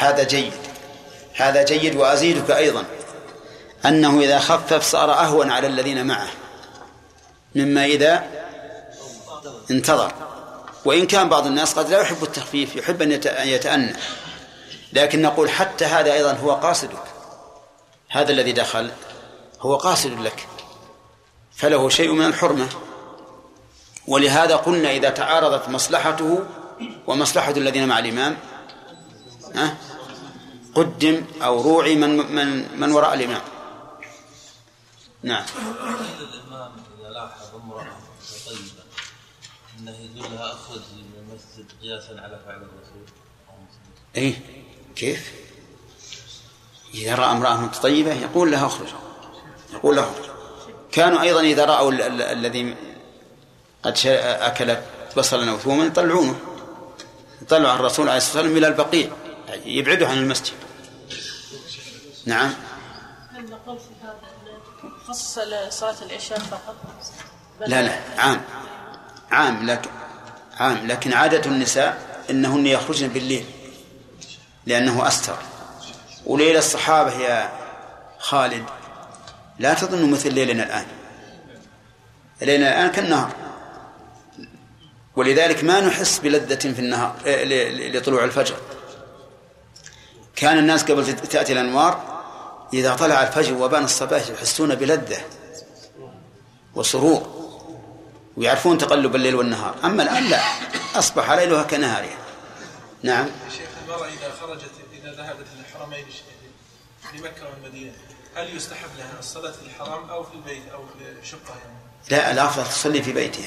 Speaker 1: هذا جيد. وأزيدك أيضا أنه إذا خفف صار أهون على الذين معه مما إذا انتظر. وإن كان بعض الناس قد لا يحب التخفيف، يحب أن يتأنى، لكن نقول حتى هذا أيضا هو قاصدك، هذا الذي دخل هو قاصد لك فله شيء من الحرمة. ولهذا قلنا إذا تعارضت مصلحته ومصلحة الذين مع الإمام قدم أو روعي من وراء الإمام. نعم.
Speaker 4: الإمام إذا لاحظ امرأة طيبة أنه يقول لها أخرج من المسجد قياسا على فعل الرسول.
Speaker 1: إيه كيف؟ إذا رأى امرأة متطيبة يقول لها اخرج، يقول له كانوا أيضا إذا رأوا الذي قد أكلت بصلا أو ثوما يطلعونه، يطلع الرسول عليه الصلاة والسلام إلى البقيع يبعده عن المسجد. نعم.
Speaker 11: هل نقول في هذا خصص صلاة العشاء فقط؟
Speaker 1: لا عام لكن عادة النساء إنهن يخرجن بالليل لأنه أستر. وليل الصحابة يا خالد لا تظنوا مثل ليلنا الآن، ليلنا الآن كالنهار، ولذلك ما نحس بلذة في النهار لطلوع الفجر. كان الناس قبل تأتي الأنوار إذا طلع الفجر وبان الصباح يحسون بلذة وسرور ويعرفون تقلب الليل والنهار. أما الآن لا، أصبح ليلها كنهارها. نعم.
Speaker 12: شيخ المرأة إذا ذهبت للحرمين لمكة والمدينة هل يستحب لها الصلاة في الحرم أو في البيت أو في شقة يعني؟
Speaker 1: لا، الأفضل تصلي في بيتها،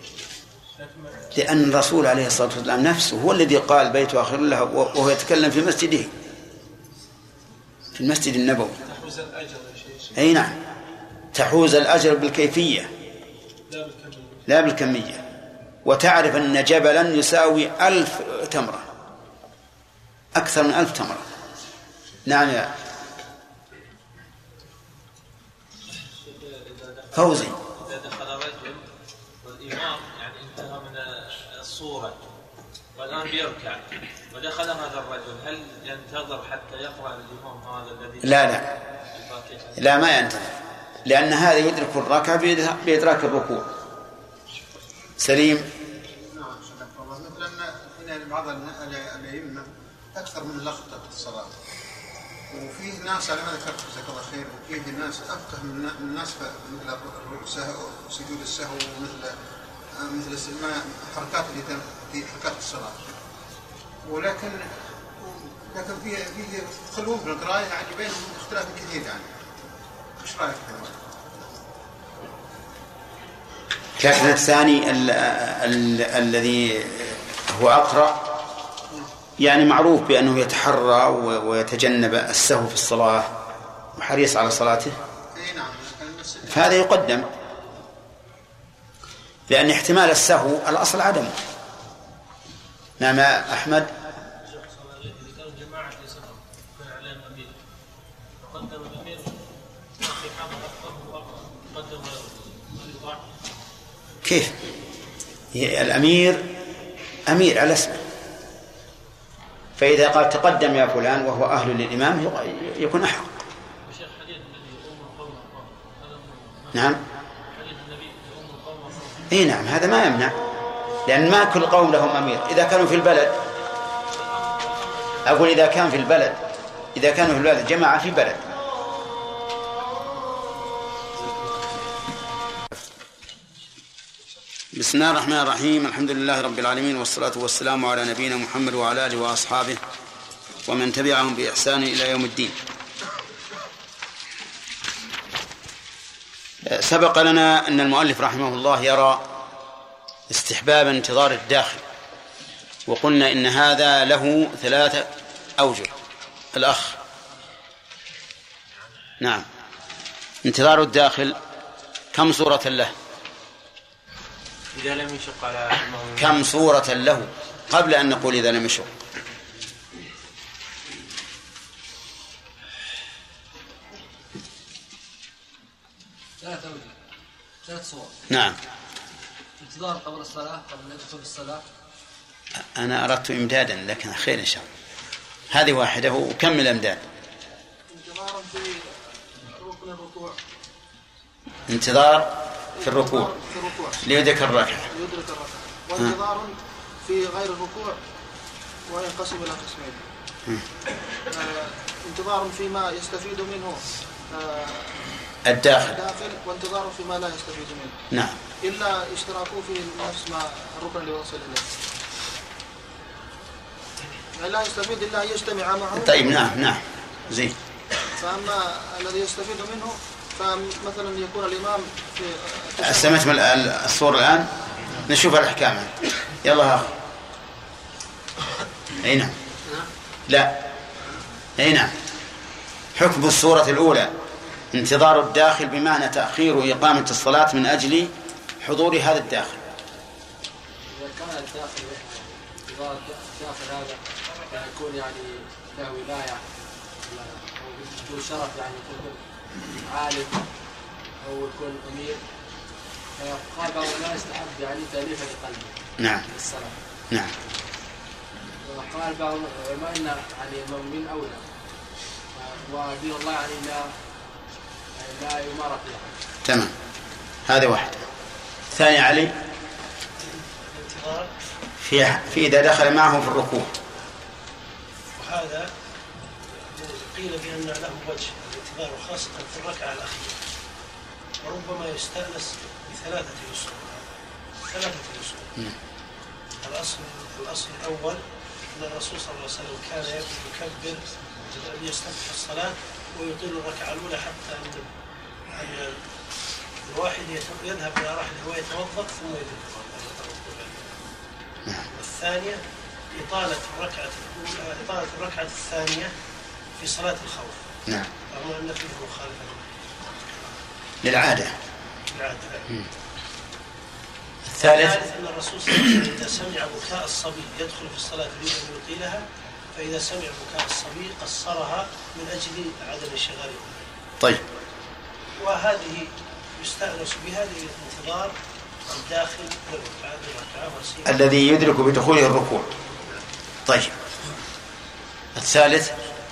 Speaker 1: لأن الرسول عليه الصلاة والسلام نفسه هو الذي قال بيت آخر له وهو يتكلم في مسجده، في المسجد النبوي.
Speaker 12: تحوز الأجر يا شيخ.
Speaker 1: أي نعم، تحوز الأجر بالكيفية لا بالكمية. وتعرف أن جبلا يساوي 1000 تمرة، أكثر من 1000 تمرة. نعم يا فوزي.
Speaker 4: إذا دخل رجل والإمام يعني انتهى من الصورة والآن بيركع ودخل هذا الرجل، هل ينتظر حتى يقرأ الإمام هذا الذي
Speaker 1: لا ما ينتظر، لأن هذا يدرك الركعة بإدراك الركوع. سليم.
Speaker 6: نعم صدق الله. مثلا هنا بعض الأئمة أكثر من لخبطة في الصلاة، وفيه ناس على ما ذكرت جزاك الله خير، وفيه ناس أفقه من الناس مثل سجود السهو ومثل حركات اللي حركات الصلاة، ولكن فيه يدخلون في القراءة يعني بينهم اختلاف كثير يعني. ايش رأيك في هذا؟
Speaker 1: لكن الثاني الذي هو أقرأ يعني معروف بأنه يتحرى ويتجنب السهو في الصلاة وحريص على صلاته، فهذا يقدم، لأن احتمال السهو الأصل عدمه. نعم أحمد. كيف؟ الأمير أمير على اسمه، فإذا قال تقدم يا فلان وهو أهل للإمام يكون أحق. نعم. إيه نعم، هذا ما يمنع، لأن ما كل قوم لهم أمير. إذا كانوا في البلد، أقول إذا كانوا في البلد جماعة في بلد. بسم الله الرحمن الرحيم. الحمد لله رب العالمين، والصلاة والسلام على نبينا محمد وعلى آله وأصحابه ومن تبعهم بإحسان إلى يوم الدين. سبق لنا أن المؤلف رحمه الله يرى استحباب انتظار الداخل، وقلنا إن هذا له 3 أوجه. الأخ. نعم. انتظار الداخل كم صورة له؟
Speaker 4: إذا لم يشق على
Speaker 1: كم صورة له قبل أن نقول إذا لم يشق؟
Speaker 13: 3 صور.
Speaker 1: نعم.
Speaker 13: انتظار قبل الصلاة، قبل أن يدخل الصلاة.
Speaker 1: أنا أردت إمدادا، لكن خير إن شاء الله. هذه واحدة وكمل إمداد.
Speaker 13: انتظار في ركن الركوع.
Speaker 1: انتظار في الركوع ليدرك الركعة.
Speaker 13: وانتظار في غير الركوع وينقسم إلى قسمين. انتظار فيما يستفيد منه
Speaker 1: الداخل،
Speaker 13: وانتظار فيما لا يستفيد منه.
Speaker 1: نعم.
Speaker 13: إلا اشتراكه في نفس ما الركن اللي وصل إليه، يعني لا يستفيد إلا أن يجتمع معه.
Speaker 1: طيب نعم زين.
Speaker 13: فأما الذي يستفيد منه فمثلا يكون الإمام في
Speaker 1: سمعت الصورة الآن نشوف الأحكام. يلا أخي. أي نعم. لا، أي نعم. حكم الصورة الأولى انتظار الداخل بمعنى تأخير إقامة الصلاة من أجل حضور هذا الداخل.
Speaker 13: إذا كان الداخل هذا يكون يعني له ولاية أو له شرف، يعني يكون عالم أو يكون أمير، فقال بعض لا يستحب يعني تأليفا لقلبه.
Speaker 1: نعم.
Speaker 13: الصلاة.
Speaker 1: نعم.
Speaker 13: وقال بعض العلماء أن يعني المؤمن أولى، ودين الله يعني لا يمارس فيها.
Speaker 1: تمام. هذا واحد. ثاني علي في إذا دخل معه في الركوع.
Speaker 14: وهذا قيل بأن له وجه الانتظار خاصة في الركعة الأخيرة، وربما يستأنس بثلاثة أصول. الأصل الأول أن الرسول صلى الله عليه وسلم كان يكبر ليستفتح الصلاة ويطيل الركعة الأولى حتى أن الواحد يذهب إلى راحله ويتوضأ ثم يذهب. والثانية إطالة الركعة الثانية في صلاة الخوف.
Speaker 1: نعم.
Speaker 14: رغم أن فيه مخالفة
Speaker 1: للعادة.
Speaker 14: الثالث أن الرسول صلى الله عليه وسلم إذا سمع بكاء الصبي يدخل في الصلاة يريد أن يطيلها، فإذا سمع بكاء الصبي قصرها من أجل عدم انشغاله.
Speaker 1: طيب.
Speaker 14: وهذه يستأنس بها لانتظار الداخل للركعة
Speaker 1: الذي يدرك بدخوله الركوع. طيب. الثالث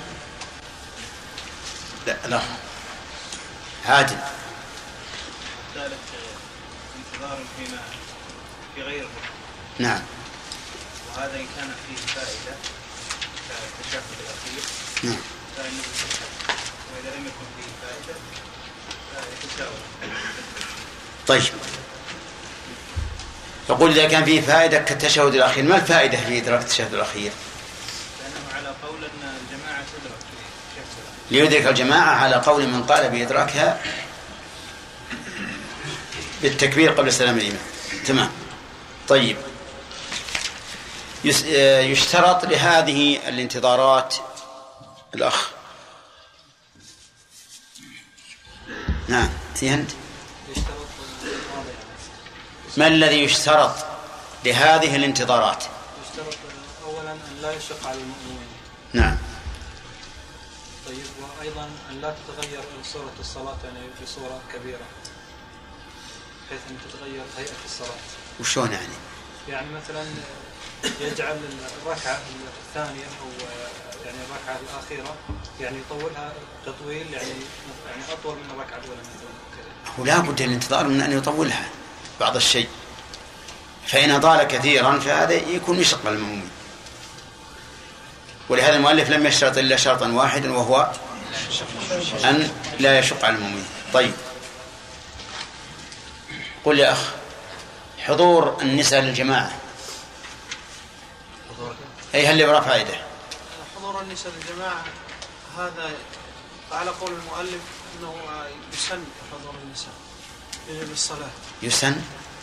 Speaker 1: لا عادل.
Speaker 15: الثالث انتظار في غير الركوع.
Speaker 1: نعم.
Speaker 15: وهذا إن كان فيه فائدة كالتشهد الأخير
Speaker 1: نعم
Speaker 15: فإنه يتشهد، وإذا لم يكن فيه فائدة فيتجاوز.
Speaker 1: طيب. يقول إذا كان فيه فائدة كالتشهد الأخير، ما الفائدة في إدراك التشهد الأخير؟
Speaker 15: لأنه على قول أن الجماعة تدرك
Speaker 1: ليدرك الجماعة على قول من قال بإدراكها بالتكبير قبل سلام الإمام. تمام. طيب. يشترط لهذه الانتظارات الأخ. نعم. أنت ما الذي يشترط لهذه الانتظارات؟
Speaker 13: يشترط أولا أن لا يشق على المؤمنين.
Speaker 1: نعم.
Speaker 13: طيب. وأيضا أن لا تتغير صورة الصلاة يعني بصورة كبيرة بحيث أن تتغير هيئة الصلاة.
Speaker 1: وشون يعني؟
Speaker 13: يعني مثلا يجعل الركعة الثانية أو يعني الركعة الأخيرة يعني يطولها تطويل يعني أطول من الركعة الأولى مثلا.
Speaker 1: ولا بد الانتظار من أن يطولها بعض الشيء، فإن أطال كثيرا فهذا يكون يشق على المؤمن. ولهذا المؤلف لم يشترط إلا شرطا واحدا وهو أن لا يشق على المؤمن. طيب. قل يا أخ، حضور النساء للجماعة أي هل يبرى فائدة؟
Speaker 13: حضور النساء للجماعة هذا على قول المؤلف أنه يسن حضور النساء للصلاة.
Speaker 1: يسن؟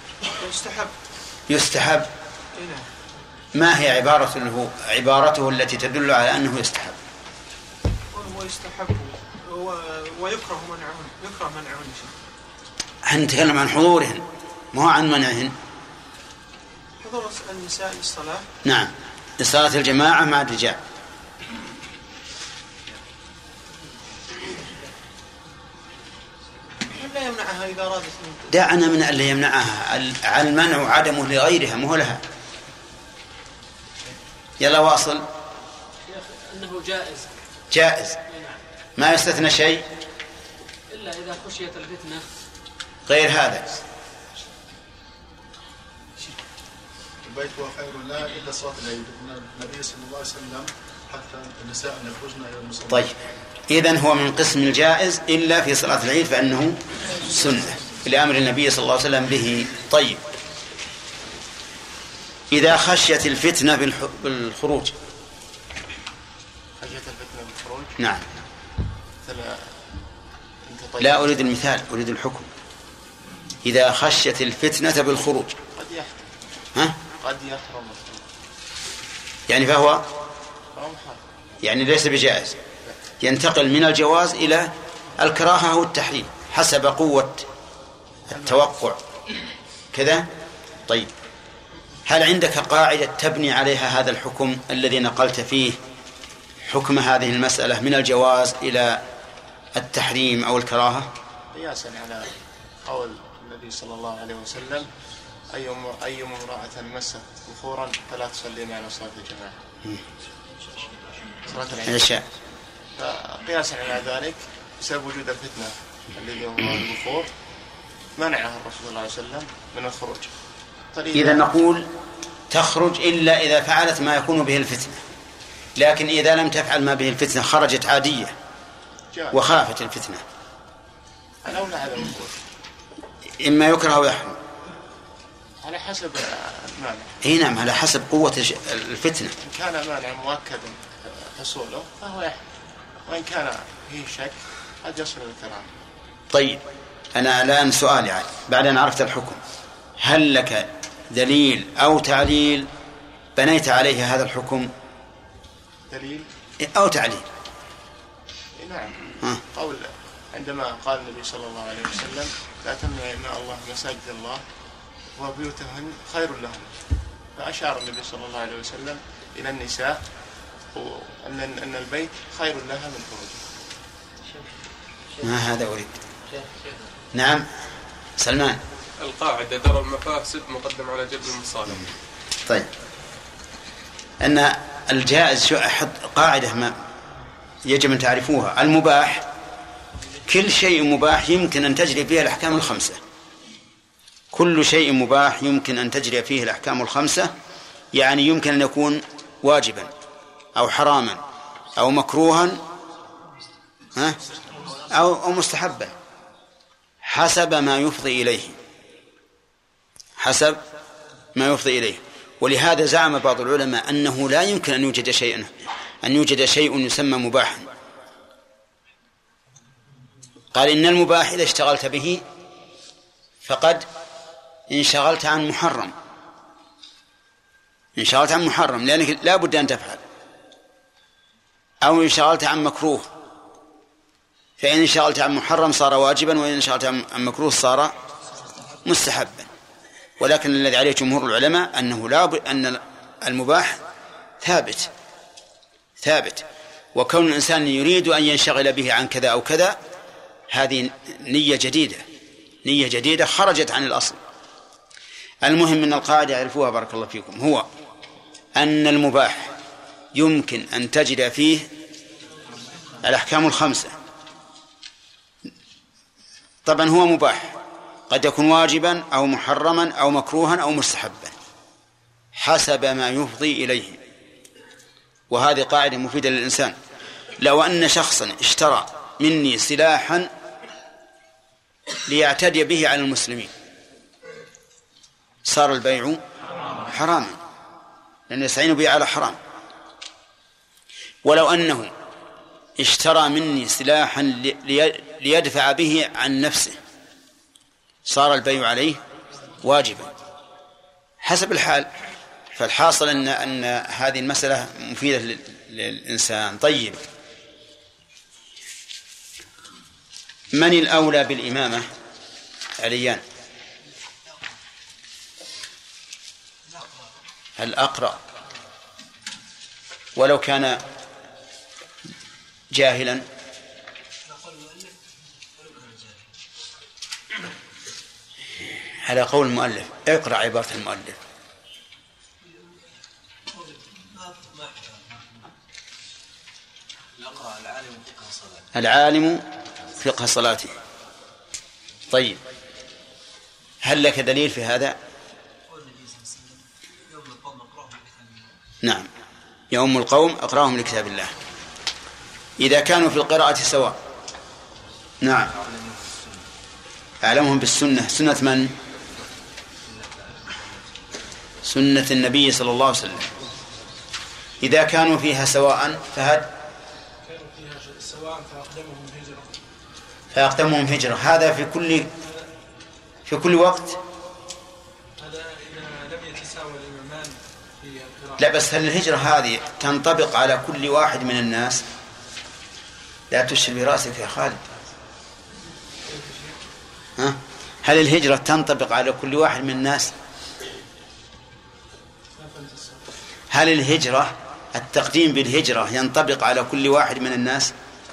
Speaker 13: يستحب.
Speaker 1: ما هي عبارته التي تدل على أنه يستحب؟
Speaker 13: هو يستحب ويكره منعهن.
Speaker 1: نتكلم عن حضورهن ما هو عن منعهن.
Speaker 13: حضور النساء للصلاة.
Speaker 1: نعم، لصلاة الجماعة مع الرجال.
Speaker 13: لا يمنعها إذا أرادت.
Speaker 1: دعنا من اللي يمنعها، على المنع وعدمه لغيرها مو لها. يلا واصل.
Speaker 13: أنه
Speaker 1: جائز ما يستثنى شيء
Speaker 13: إلا إذا خشيت الفتنة
Speaker 1: غير هذا.
Speaker 5: البيت هو خير لا إلا صلاة العيد. النبي صلى الله عليه وسلم حتى النساء أن يخرجن إلى المصلى.
Speaker 1: طيب، إذن هو من قسم الجائز إلا في صلاة العيد فإنه سنة لأمر النبي صلى الله عليه وسلم به. طيب، إذا خشيت الفتنة بالخروج.
Speaker 3: خشيت الفتنة بالخروج؟
Speaker 1: نعم. لا أريد المثال، أريد الحكم. إذا خشيت الفتنة بالخروج.
Speaker 3: قد
Speaker 1: ها؟
Speaker 3: قد يحرم
Speaker 1: يعني فهو يعني ليس بجائز، ينتقل من الجواز إلى الكراهة أو التحريم حسب قوة التوقع كذا. طيب، هل عندك قاعدة تبني عليها هذا الحكم الذي نقلت فيه حكم هذه المسألة من الجواز إلى التحريم أو الكراهة؟
Speaker 3: قياسا على قول النبي صلى الله عليه وسلم: أي امرأة مست بخورا فلا تصلي معنا صلاة الجماعة، صلاة العشاء. فقياسا على ذلك بسبب وجود الفتنة الذي هو البخور منعها الرسول صلى الله عليه وسلم من الخروج.
Speaker 1: إذا نقول تخرج إلا إذا فعلت ما يكون به الفتنة، لكن إذا لم تفعل ما به الفتنة خرجت عادية وخافت الفتنة،
Speaker 3: الأولى هذا الخروج
Speaker 1: إما يكره أو يحرم
Speaker 3: على حسب المانع.
Speaker 1: اي نعم، على حسب قوة الفتنة.
Speaker 3: إن كان مانع مؤكد حصوله فهو يحرم، وإن كان فيه شك قد يصل الكلام.
Speaker 1: طيب، أنا الآن سؤالي يعني بعد أن عرفت الحكم، هل لك دليل أو تعليل بنيت عليه هذا الحكم؟
Speaker 3: دليل
Speaker 1: أو تعليل؟
Speaker 3: نعم. قول عندما قال النبي صلى الله عليه وسلم: لا تمنع إماء الله مساجد الله وبيوتهن خير لهم، فأشار النبي صلى الله عليه وسلم إلى النساء أن البيت خير لها من خروجها.
Speaker 1: ما هذا أريد. نعم سلمان.
Speaker 2: القاعدة: درء المفاسد مقدم على جلب المصالح.
Speaker 1: طيب، أن الجائز شو أحد قاعدة ما يجب أن تعرفوها: المباح كل شيء مباح يمكن أن تجري فيه الأحكام الخمسة. كل شيء مباح يمكن أن تجري فيه الأحكام الخمسة، يعني يمكن أن يكون واجبا أو حراما أو مكروها أو مستحبا حسب ما يفضي إليه، حسب ما يفضي إليه. ولهذا زعم بعض العلماء أنه لا يمكن أن يوجد شيء يسمى مباحا. قال: إن المباح إذا اشتغلت به فقد انشغلت عن محرم، انشغلت عن محرم لأنك لا بد أن تفعل، أو انشغلت عن مكروه، فإن انشغلت عن محرم صار واجبا، وإن انشغلت عن مكروه صار مستحبا. ولكن الذي عليه جمهور العلماء أن المباح ثابت، وكون الإنسان يريد أن ينشغل به عن كذا أو كذا هذه نية جديدة خرجت عن الأصل. المهم أن القاعدة يعرفوها بارك الله فيكم، هو أن المباح يمكن أن تجد فيه الأحكام الخمسة. طبعا هو مباح، قد يكون واجبا أو محرما أو مكروها أو مستحبا حسب ما يفضي إليه، وهذه قاعدة مفيدة للإنسان. لو أن شخصا اشترى مني سلاحا ليعتدي به على المسلمين صار البيع حراما، لأن يستعين به على حرام. ولو أنه اشترى مني سلاحا ليدفع به عن نفسه صار البيع عليه واجبا حسب الحال. فالحاصل أن هذه المسألة مفيدة للإنسان. طيب، من الأولى بالإمامة؟ عليان. الأقرأ ولو كان جاهلا. على قول المؤلف، اقرأ عبارة المؤلف. العالم فقه صلاته. طيب، هل لك دليل في هذا؟ نعم، يوم القوم أقراهم لكتاب الله إذا كانوا في القراءة سواء. نعم، أعلمهم بالسنة. سنة من؟ سنة النبي صلى الله عليه وسلم. إذا كانوا فيها سواء فأقدمهم هجرة. هذا في كل وقت.
Speaker 12: هذا إذا لم يتسنى يتساوى الإمامان في القراءة.
Speaker 1: لا، بس هل الهجرة هذه تنطبق على كل واحد من الناس؟ لا تشر برأسك يا خالد. ها؟ هل الهجرة تنطبق على كل واحد من الناس؟ هل الهجرة التقديم بالهجرة ينطبق على كل واحد من الناس؟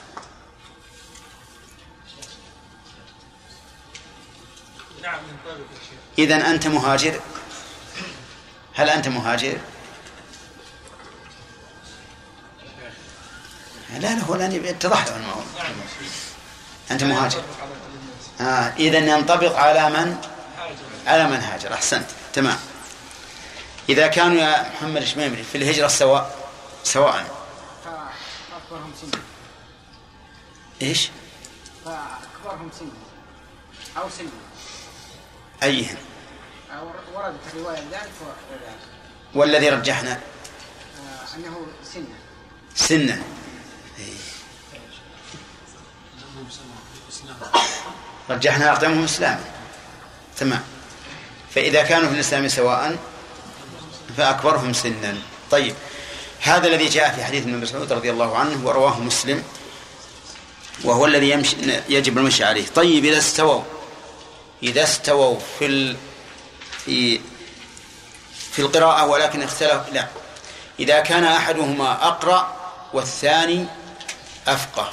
Speaker 12: نعم ينطبق يا شيخ.
Speaker 1: إذن أنت مهاجر؟ هل أنت مهاجر؟ لا هو لأني اتضح له الموضوع. أنت مهاجر. إذن ينطبق على من؟ على من هاجر. أحسنت، تمام. إذا كانوا يا محمد الشميمري في الهجرة سواء
Speaker 7: فأكبرهم سنا.
Speaker 1: إيش؟
Speaker 7: فأكبرهم سنا أو سنا.
Speaker 1: أيهم؟
Speaker 7: وردت الرواية ذلك
Speaker 1: والذي رجحنا
Speaker 7: أنه
Speaker 1: سنا. رجحنا أقدمهم إسلاما. تمام. فإذا كانوا في الإسلام سواء فأكبرهم سنا. طيب، هذا الذي جاء في حديث ابن مسعود رضي الله عنه ورواه مسلم، وهو الذي يجب المشي عليه. طيب، إذا استووا في القراءة ولكن اختلف، لا، إذا كان أحدهما أقرأ والثاني أفقه.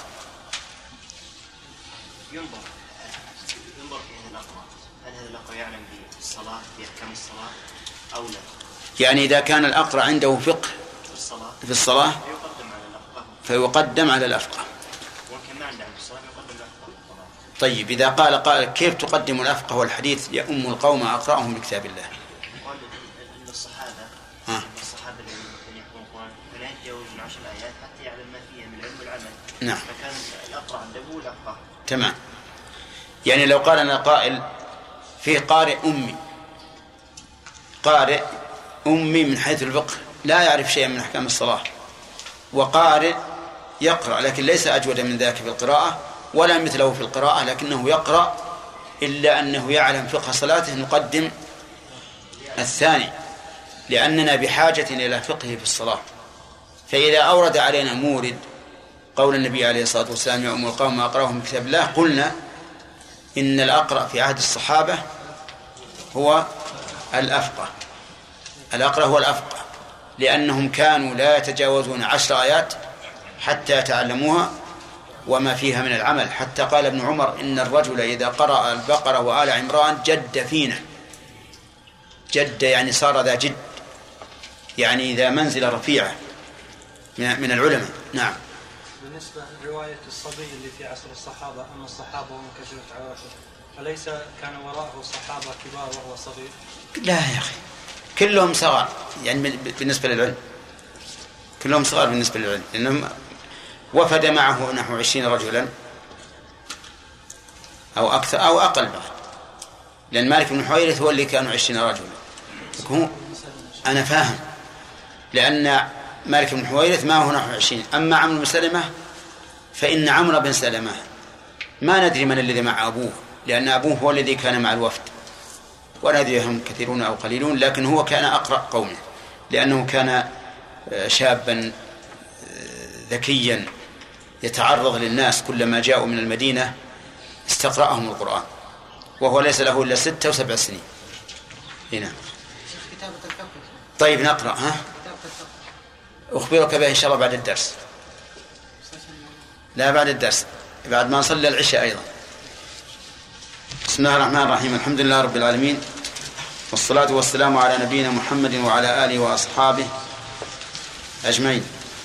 Speaker 16: ينظر في هذا الأقرأ، هل هذا الأقرأ يعلم بالصلاة بأحكام الصلاة أو لا؟
Speaker 1: يعني إذا كان الأقرأ عنده فقه في الصلاة فيقدم على الأفقه.
Speaker 16: وكان ما عنده في الصلاة يقدم الأفقه.
Speaker 1: طيب، إذا قال كيف تقدم الأفقه والحديث يؤم القوم أقرأهم لكتاب الله؟
Speaker 16: قال أن الصحابة الذين يحفظون القرآن فلا يتجاوزون 10 آيات حتى يعلم ما فيها من العلم والعمل.
Speaker 1: نعم.
Speaker 16: فكان الأقرأ عنده الأفقه.
Speaker 1: تمام. يعني لو قال أنا قائل فيه قارئ أمي من حيث الفقه لا يعرف شيئا من أحكام الصلاة، وقارئ يقرأ لكن ليس أجود من ذاك في القراءة ولا مثله في القراءة لكنه يقرأ إلا أنه يعلم فقه صلاته، نقدم الثاني لأننا بحاجة إلى فقهه في الصلاة. فإذا أورد علينا مورد قول النبي عليه الصلاة والسلام يؤم القوم أقرأهم من كتاب الله، قلنا إن الأقرأ في عهد الصحابة هو الأفقه. الأقرأ هو الأفقه لأنهم كانوا لا يتجاوزون 10 آيات حتى يتعلموها وما فيها من العمل. حتى قال ابن عمر إن الرجل إذا قرأ البقرة وآل عمران جد فينا. جد يعني صار ذا جد، يعني ذا منزلة رفيعة من العلماء. نعم.
Speaker 17: بالنسبة لرواية الصبي اللي في عصر الصحابة، أما الصحابة ومنكشفة عورته، أليس كان وراءه صحابة كبار وهو صغير؟
Speaker 1: لا يا أخي، كلهم صغار يعني بالنسبة للعلم، كلهم صغار بالنسبة للعلم، لأنهم وفد معه نحو 20 رجلا أو أكثر أو أقل بعد، لأن مالك بن حويرث هو اللي كانوا 20 رجلا. أنا فاهم، لأن مالك بن حويرث ما هو نحو 20. أما عمرو بن سلمة فإن عمرو بن سلمة ما ندري من الذي مع أبوه، لأن أبوه هو الذي كان مع الوفد ولا ندري هم كثيرون أو قليلون، لكن هو كان أقرأ قومه لأنه كان شابا ذكيا يتعرض للناس كلما جاءوا من المدينة استقرأهم القرآن، وهو ليس له إلا 6 أو 7 سنين. هنا طيب نقرأ. أخبرك به إن شاء الله بعد الدرس. لا بعد الدرس، بعد ما نصلي العشاء أيضا. بسم الله الرحمن الرحيم. الحمد لله رب العالمين، والصلاة والسلام على نبينا محمد وعلى آله وأصحابه أجمعين.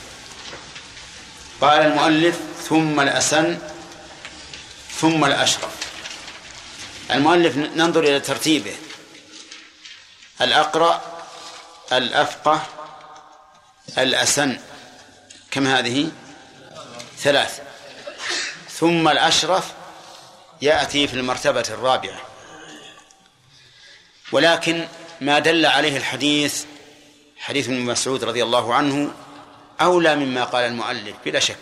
Speaker 1: قال المؤلف ثم الأسن ثم الأشرف. المؤلف ننظر إلى ترتيبه: الأقرأ، الأفقه، الأسن، كم هذه؟ 3. ثم الأشرف يأتي في المرتبة الرابعة. ولكن ما دل عليه الحديث، حديث ابن مسعود رضي الله عنه، أولى مما قال المؤلف بلا شك.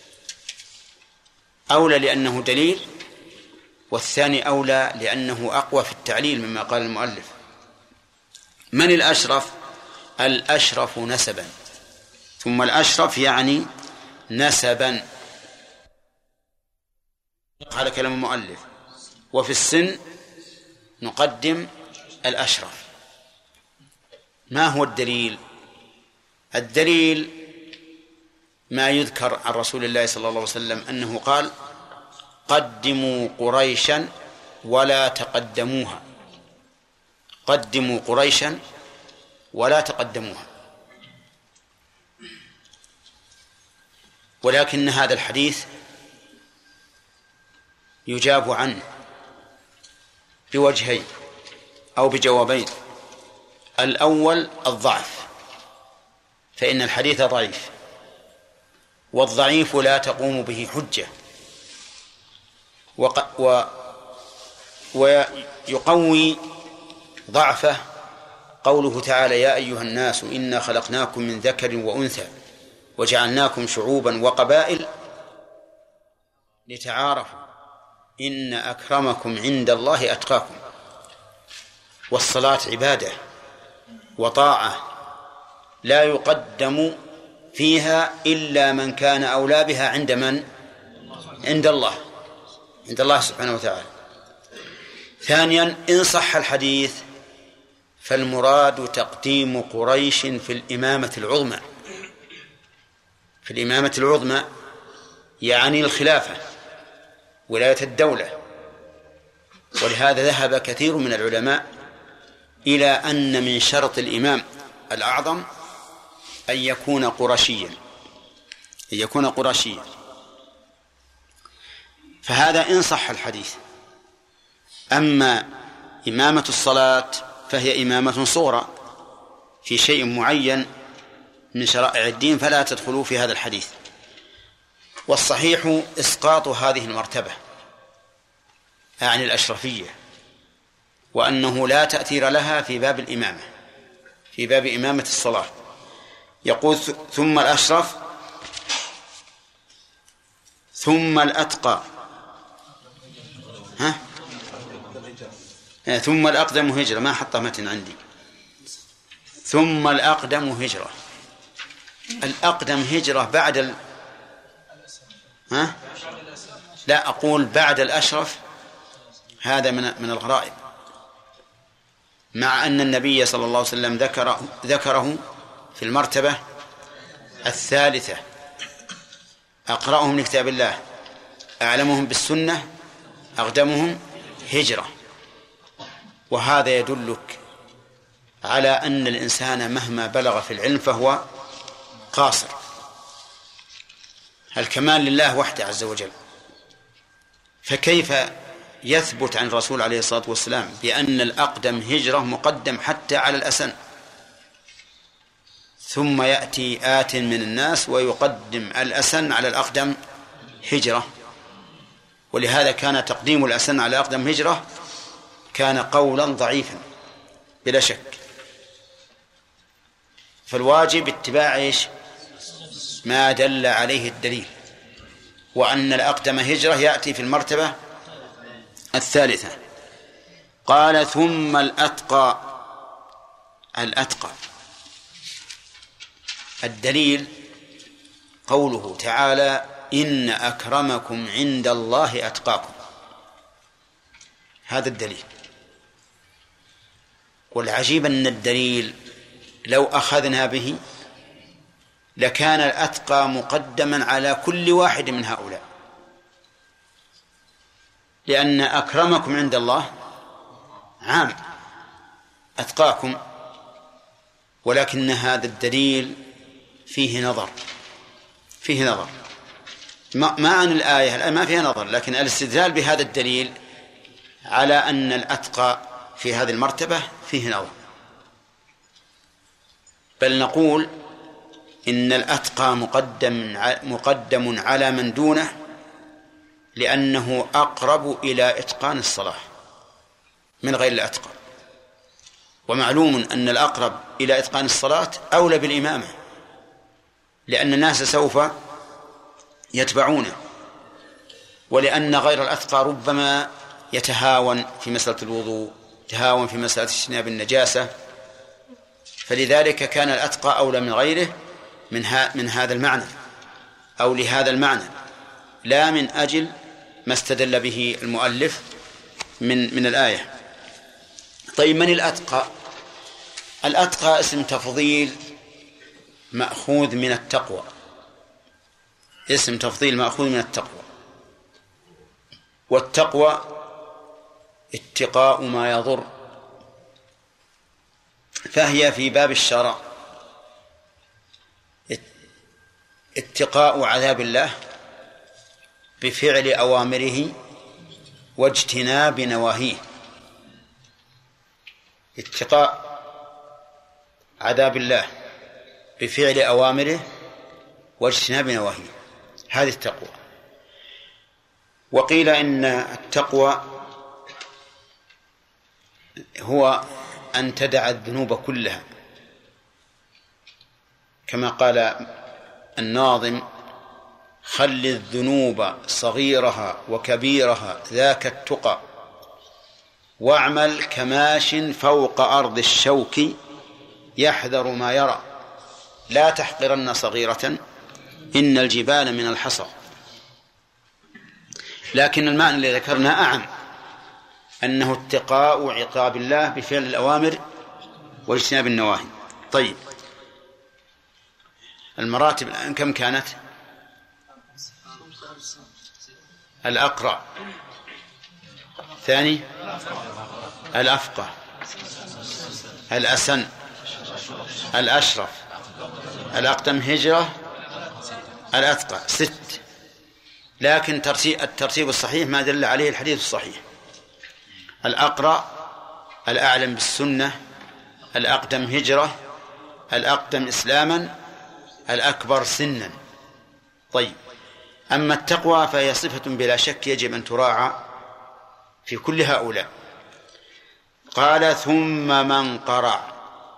Speaker 1: أولى لأنه دليل، والثاني أولى لأنه أقوى في التعليل مما قال المؤلف. من الأشرف؟ الأشرف نسبا، ثم الأشرف يعني نسبا على كلام المؤلف. وفي السن نقدم الأشرف. ما هو الدليل؟ الدليل ما يذكر عن رسول الله صلى الله عليه وسلم أنه قال: قدموا قريشا ولا تقدموها. قدموا قريشا ولا تقدموها. ولكن هذا الحديث يجاب عنه بوجهين أو بجوابين. الأول الضعف، فإن الحديث ضعيف، والضعيف لا تقوم به حجة. ويقوي ضعفه قوله تعالى: يا أيها الناس إنا خلقناكم من ذكر وأنثى وجعلناكم شعوبا وقبائل لتعارفوا إن أكرمكم عند الله أتقاكم. والصلاة عبادة وطاعة لا يقدم فيها إلا من كان أولى بها عند من؟ عند الله، عند الله سبحانه وتعالى. ثانيا، إن صح الحديث فالمراد تقديم قريش في الإمامة العظمى. في الإمامة العظمى يعني الخلافة، ولاية الدولة. ولهذا ذهب كثير من العلماء إلى أن من شرط الإمام الأعظم أن يكون قرشيا، أن يكون قرشيا. فهذا إن صح الحديث. أما إمامة الصلاة فهي إمامة صغرى في شيء معين من شرائع الدين، فلا تدخلوا في هذا الحديث. والصحيح إسقاط هذه المرتبة عن الأشرفية، وأنه لا تأثير لها في باب الإمامة، في باب إمامة الصلاة. يقول: ثم الأشرف ثم الأتقى، ثم الأقدم هجرة. ما حط متن عندي. ثم الأقدم هجرة. الأقدم هجرة بعد لا، أقول بعد الأشرف. هذا من الغرائب، مع أن النبي صلى الله عليه وسلم ذكره في المرتبة الثالثة: أقرأهم لكتاب الله، أعلمهم بالسنة، أقدمهم هجرة. وهذا يدلك على أن الإنسان مهما بلغ في العلم فهو قاصر. الكمال لله وحده عز وجل. فكيف يثبت عن الرسول عليه الصلاة والسلام بأن الأقدم هجرة مقدم حتى على الأسن، ثم يأتي آت من الناس ويقدم الأسن على الأقدم هجرة؟ ولهذا كان تقديم الأسن على الأقدم هجرة كان قولا ضعيفا بلا شك. فالواجب اتباع ما دل عليه الدليل، وأن الأقدم هجرة يأتي في المرتبة الثالثة. قال: ثم الأتقى. الأتقى الدليل قوله تعالى: إن أكرمكم عند الله أتقاكم. هذا الدليل. والعجيب أن الدليل لو أخذنا به لكان الأتقى مقدما على كل واحد من هؤلاء، لأن أكرمكم عند الله عام، أتقاكم. ولكن هذا الدليل فيه نظر، فيه نظر. ما عن الآية ما فيها نظر، لكن الاستدلال بهذا الدليل على أن الأتقى في هذه المرتبة فيه نظر. بل نقول إن الأتقى مقدم على من دونه، لأنه أقرب إلى إتقان الصلاة من غير الأتقى. ومعلوم أن الأقرب إلى إتقان الصلاة أولى بالإمامة، لأن الناس سوف يتبعونه، ولأن غير الأتقى ربما يتهاون في مسألة الوضوء، يتهاون في مسألة اجتناب النجاسة، فلذلك كان الأتقى أولى من غيره من هذا المعنى أو لهذا المعنى، لا من أجل ما استدل به المؤلف من الآية. طيب، من الأتقى؟ الأتقى اسم تفضيل مأخوذ من التقوى، اسم تفضيل مأخوذ من التقوى، والتقوى اتقاء ما يضر، فهي في باب الشرع اتقاء عذاب الله بفعل أوامره واجتناب نواهيه. اتقاء عذاب الله بفعل أوامره واجتناب نواهيه، هذه التقوى. وقيل إن التقوى هو أن تدع الذنوب كلها، كما قال الناظم: خل الذنوب صغيرها وكبيرها ذاك التقى، واعمل كماش فوق أرض الشوك يحذر ما يرى، لا تحقرن صغيرة إن الجبال من الحصى. لكن المعنى الذي ذكرنا أعم، أنه اتقاء عقاب الله بفعل الأوامر واجتناب النواهي. طيب، المراتب الآن كم كانت؟ الأقرأ، ثاني الأفقه، الأسن، الأشرف، الأقدم هجرة، الأتقى، 6. لكن الترتيب الصحيح ما دل عليه الحديث الصحيح: الأقرأ، الأعلم بالسنة، الأقدم هجرة، الأقدم إسلاما، الأكبر سنا. طيب، أما التقوى فهي صفة بلا شك يجب أن تراعى في كل هؤلاء. قال: ثم من قرع.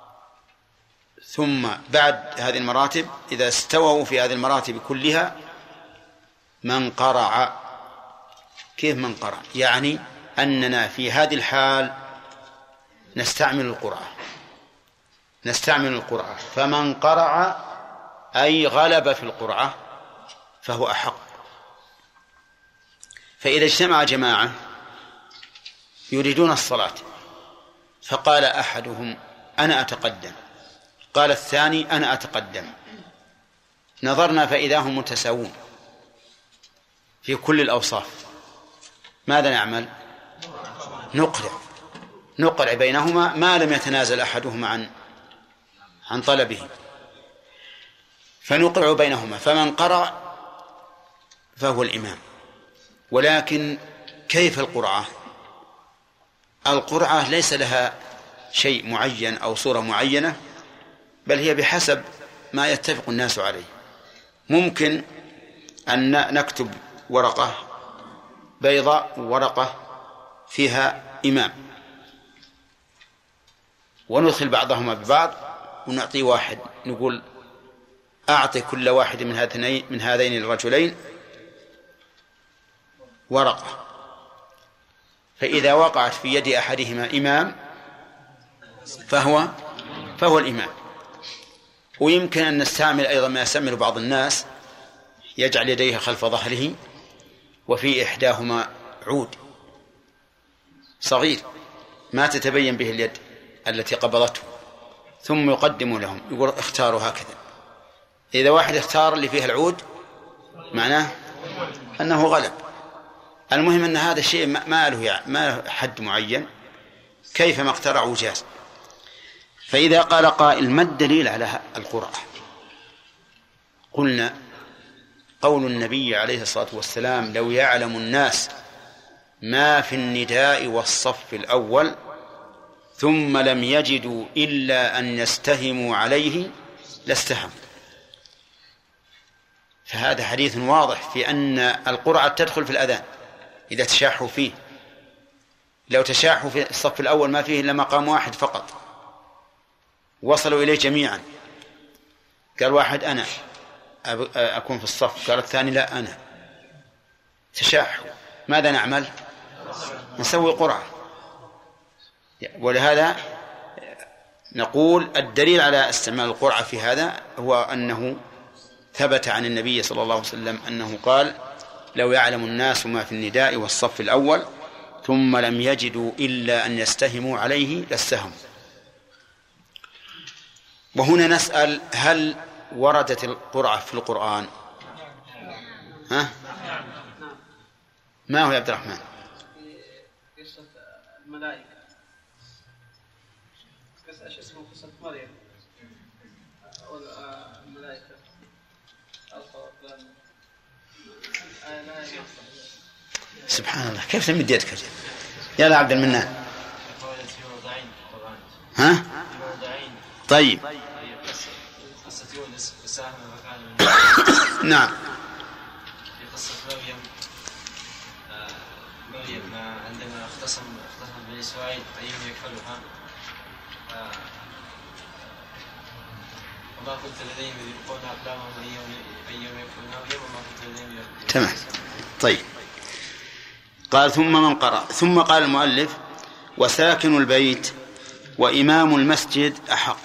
Speaker 1: ثم بعد هذه المراتب، إذا استووا في هذه المراتب كلها، من قرع. كيف من قرع؟ يعني أننا في هذه الحال نستعمل القرعة، فمن قرع أي غلب في القرعة فهو أحق. فإذا اجتمع جماعة يريدون الصلاة، فقال أحدهم: أنا أتقدم، قال الثاني: أنا أتقدم، نظرنا فإذا هم متساوون في كل الأوصاف، ماذا نعمل؟ نقرع بينهما ما لم يتنازل أحدهما عن طلبه، فنقرع بينهما، فمن قرع فهو الإمام. ولكن كيف القرعة؟ القرعة ليس لها شيء معين أو صورة معينة، بل هي بحسب ما يتفق الناس عليه. ممكن أن نكتب ورقة بيضاء وورقة فيها إمام، وندخل بعضهما ببعض ونعطي واحد، نقول: أعطي كل واحد من هذين الرجلين ورقة، فإذا وقعت في يد أحدهما إمام فهو الإمام. ويمكن أن نستعمل أيضا ما يستعمل بعض الناس، يجعل يديه خلف ظهره وفي إحداهما عود صغير ما تتبين به اليد التي قبضته، ثم يقدم لهم يقول: اختاروا هكذا. إذا واحد اختار اللي فيه العود معناه أنه غلب. المهم أن هذا الشيء ما له حد معين، كيفما اقترعوا جاز. فإذا قال قائل: ما الدليل على القرعة؟ قلنا: قول النبي عليه الصلاة والسلام: لو يعلم الناس ما في النداء والصف الأول ثم لم يجدوا إلا أن يستهموا عليه لاستهموا. فهذا حديث واضح في أن القرعة تدخل في الأذان إذا تشاحوا فيه. لو تشاحوا في الصف الأول ما فيه إلا مقام واحد فقط، وصلوا إليه جميعا، قال واحد: أنا أكون في الصف، قال الثاني: لا أنا، تشاحوا، ماذا نعمل؟ نسوي قرعة. ولهذا نقول الدليل على استعمال القرعة في هذا هو أنه ثبت عن النبي صلى الله عليه وسلم أنه قال: لو يعلم الناس ما في النداء والصف الأول ثم لم يجدوا إلا أن يستهموا عليه لاستهموا. وهنا نسأل: هل وردت القرعة في القرآن؟ ها؟ ما هو يا عبد الرحمن؟
Speaker 8: قصة الملائكة، قصة مريم، الملائكة
Speaker 1: سبحان الله، كيف تمد يدك؟ يا عبد المنان. ها؟ طيب.
Speaker 18: قصة يونس وساهم مكان
Speaker 1: نعم.
Speaker 18: في قصة مريم عندما اختصم بني إسرائيل أيهم يكفلها، وما كنت لديهم إذ يلقون أقلامهم أيهم يكفلها وما كنت لديهم.
Speaker 1: تمام. طيب. قال: ثم من قرأ. ثم قال المؤلف: وساكن البيت وإمام المسجد أحق.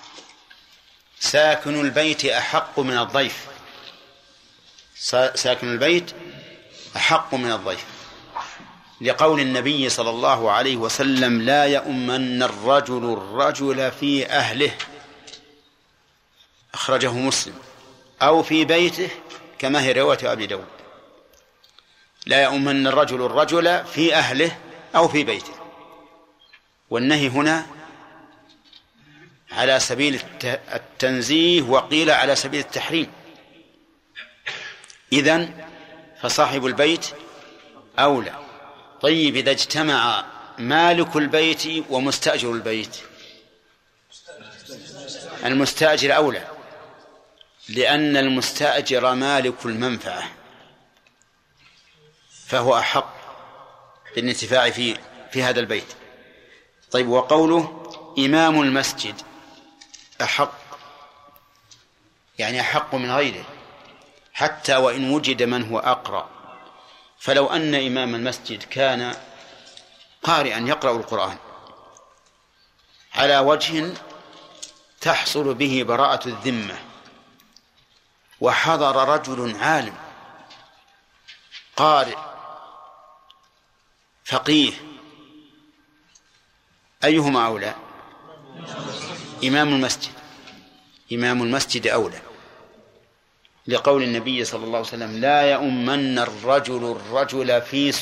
Speaker 1: ساكن البيت أحق من الضيف. ساكن البيت أحق من الضيف، لقول النبي صلى الله عليه وسلم: لا يؤمن الرجل في أهله، أخرجه مسلم، أو في بيته كما هي رواية أبي داود. لا يؤمن الرجل في أهله أو في بيته. والنهي هنا على سبيل التنزيه، وقيل على سبيل التحريم. إذن فصاحب البيت أولى. طيب، إذا اجتمع مالك البيت ومستأجر البيت، المستأجر أولى، لأن المستأجر مالك المنفعة، فهو أحق بالانتفاع في هذا البيت. طيب، وقوله إمام المسجد أحق، يعني أحق من غيره، حتى وإن وجد من هو أقرأ. فلو أن إمام المسجد كان قارئا يقرأ القرآن على وجه تحصل به براءة الذمة، وحضر رجل عالم قارئ فقيه، أيهما أولى؟ إمام المسجد. إمام المسجد أولى، لقول النبي صلى الله عليه وسلم: لا يؤمن الرجل في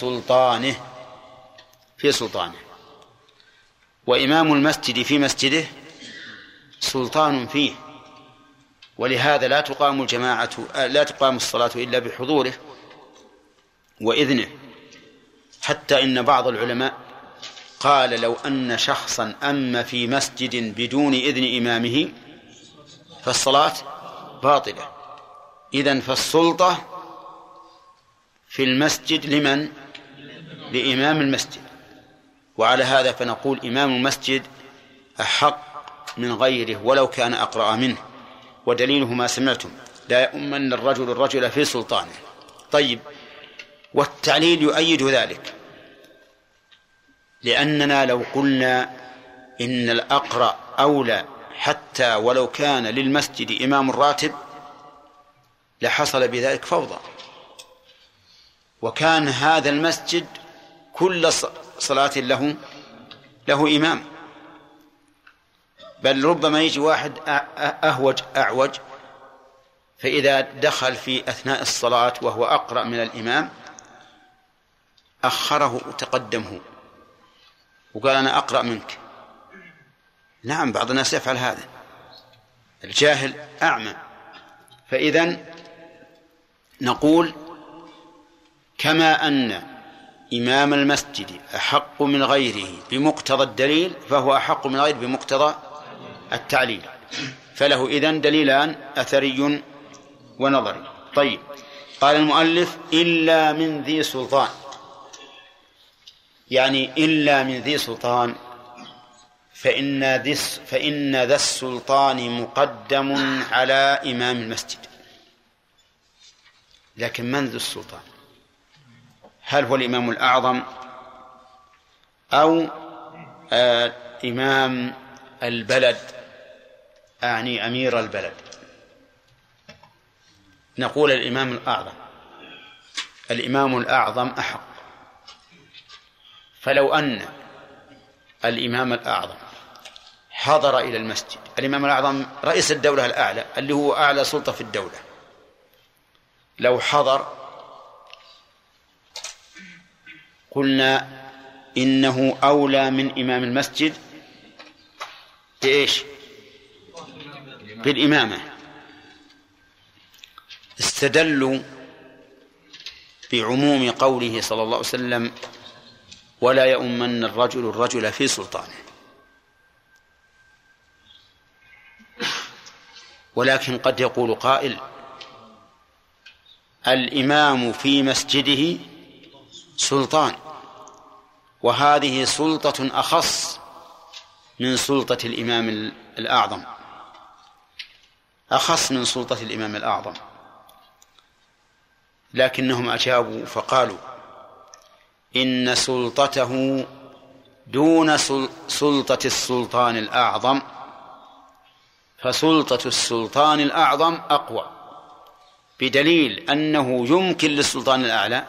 Speaker 1: سلطانه. وإمام المسجد في مسجده سلطان فيه، ولهذا لا تقام الصلاة إلا بحضوره وإذنه. حتى إن بعض العلماء قال: لو أن شخصا أم في مسجد بدون إذن إمامه فالصلاة باطلة. إذن فالسلطة في المسجد لمن؟ لإمام المسجد. وعلى هذا فنقول إمام المسجد أحق من غيره ولو كان أقرأ منه، ودليله ما سمعتم: لا يؤمن الرجل في سلطانه. طيب، والتعليل يؤيد ذلك، لأننا لو قلنا إن الأقرأ أولى حتى ولو كان للمسجد إمام راتب لحصل بذلك فوضى، وكان هذا المسجد كل صلاة له إمام. بل ربما يجي واحد أعوج، فإذا دخل في أثناء الصلاة وهو أقرأ من الإمام أخره وتقدمه وقال: أنا أقرأ منك. نعم، بعض الناس يفعل هذا، الجاهل أعمى. فإذن نقول: كما أن إمام المسجد أحق من غيره بمقتضى الدليل، فهو أحق من غيره بمقتضى التعليل. فله إذن دليلان: أثري ونظري. طيب، قال المؤلف: إلا من ذي سلطان، يعني إلا من ذي سلطان، فإن ذا السلطان مقدم على إمام المسجد. لكن من ذو السلطان؟ هل هو الإمام الأعظم أو إمام البلد أعني أمير البلد، نقول الإمام الأعظم أحق. فلو أن الإمام الأعظم حضر إلى المسجد، الإمام الأعظم رئيس الدولة الأعلى اللي هو أعلى سلطة في الدولة، لو حضر قلنا إنه أولى من إمام المسجد بإيش؟ بالإمامة. استدلوا بعموم قوله صلى الله عليه وسلم: ولا يؤمن الرجل في سلطانه. ولكن قد يقول قائل: الإمام في مسجده سلطان، وهذه سلطة أخص من سلطة الإمام الأعظم، أخص من سلطة الإمام الأعظم. لكنهم أجابوا فقالوا: إن سلطته دون سلطة السلطان الأعظم، فسلطة السلطان الأعظم أقوى، بدليل أنه يمكن للسلطان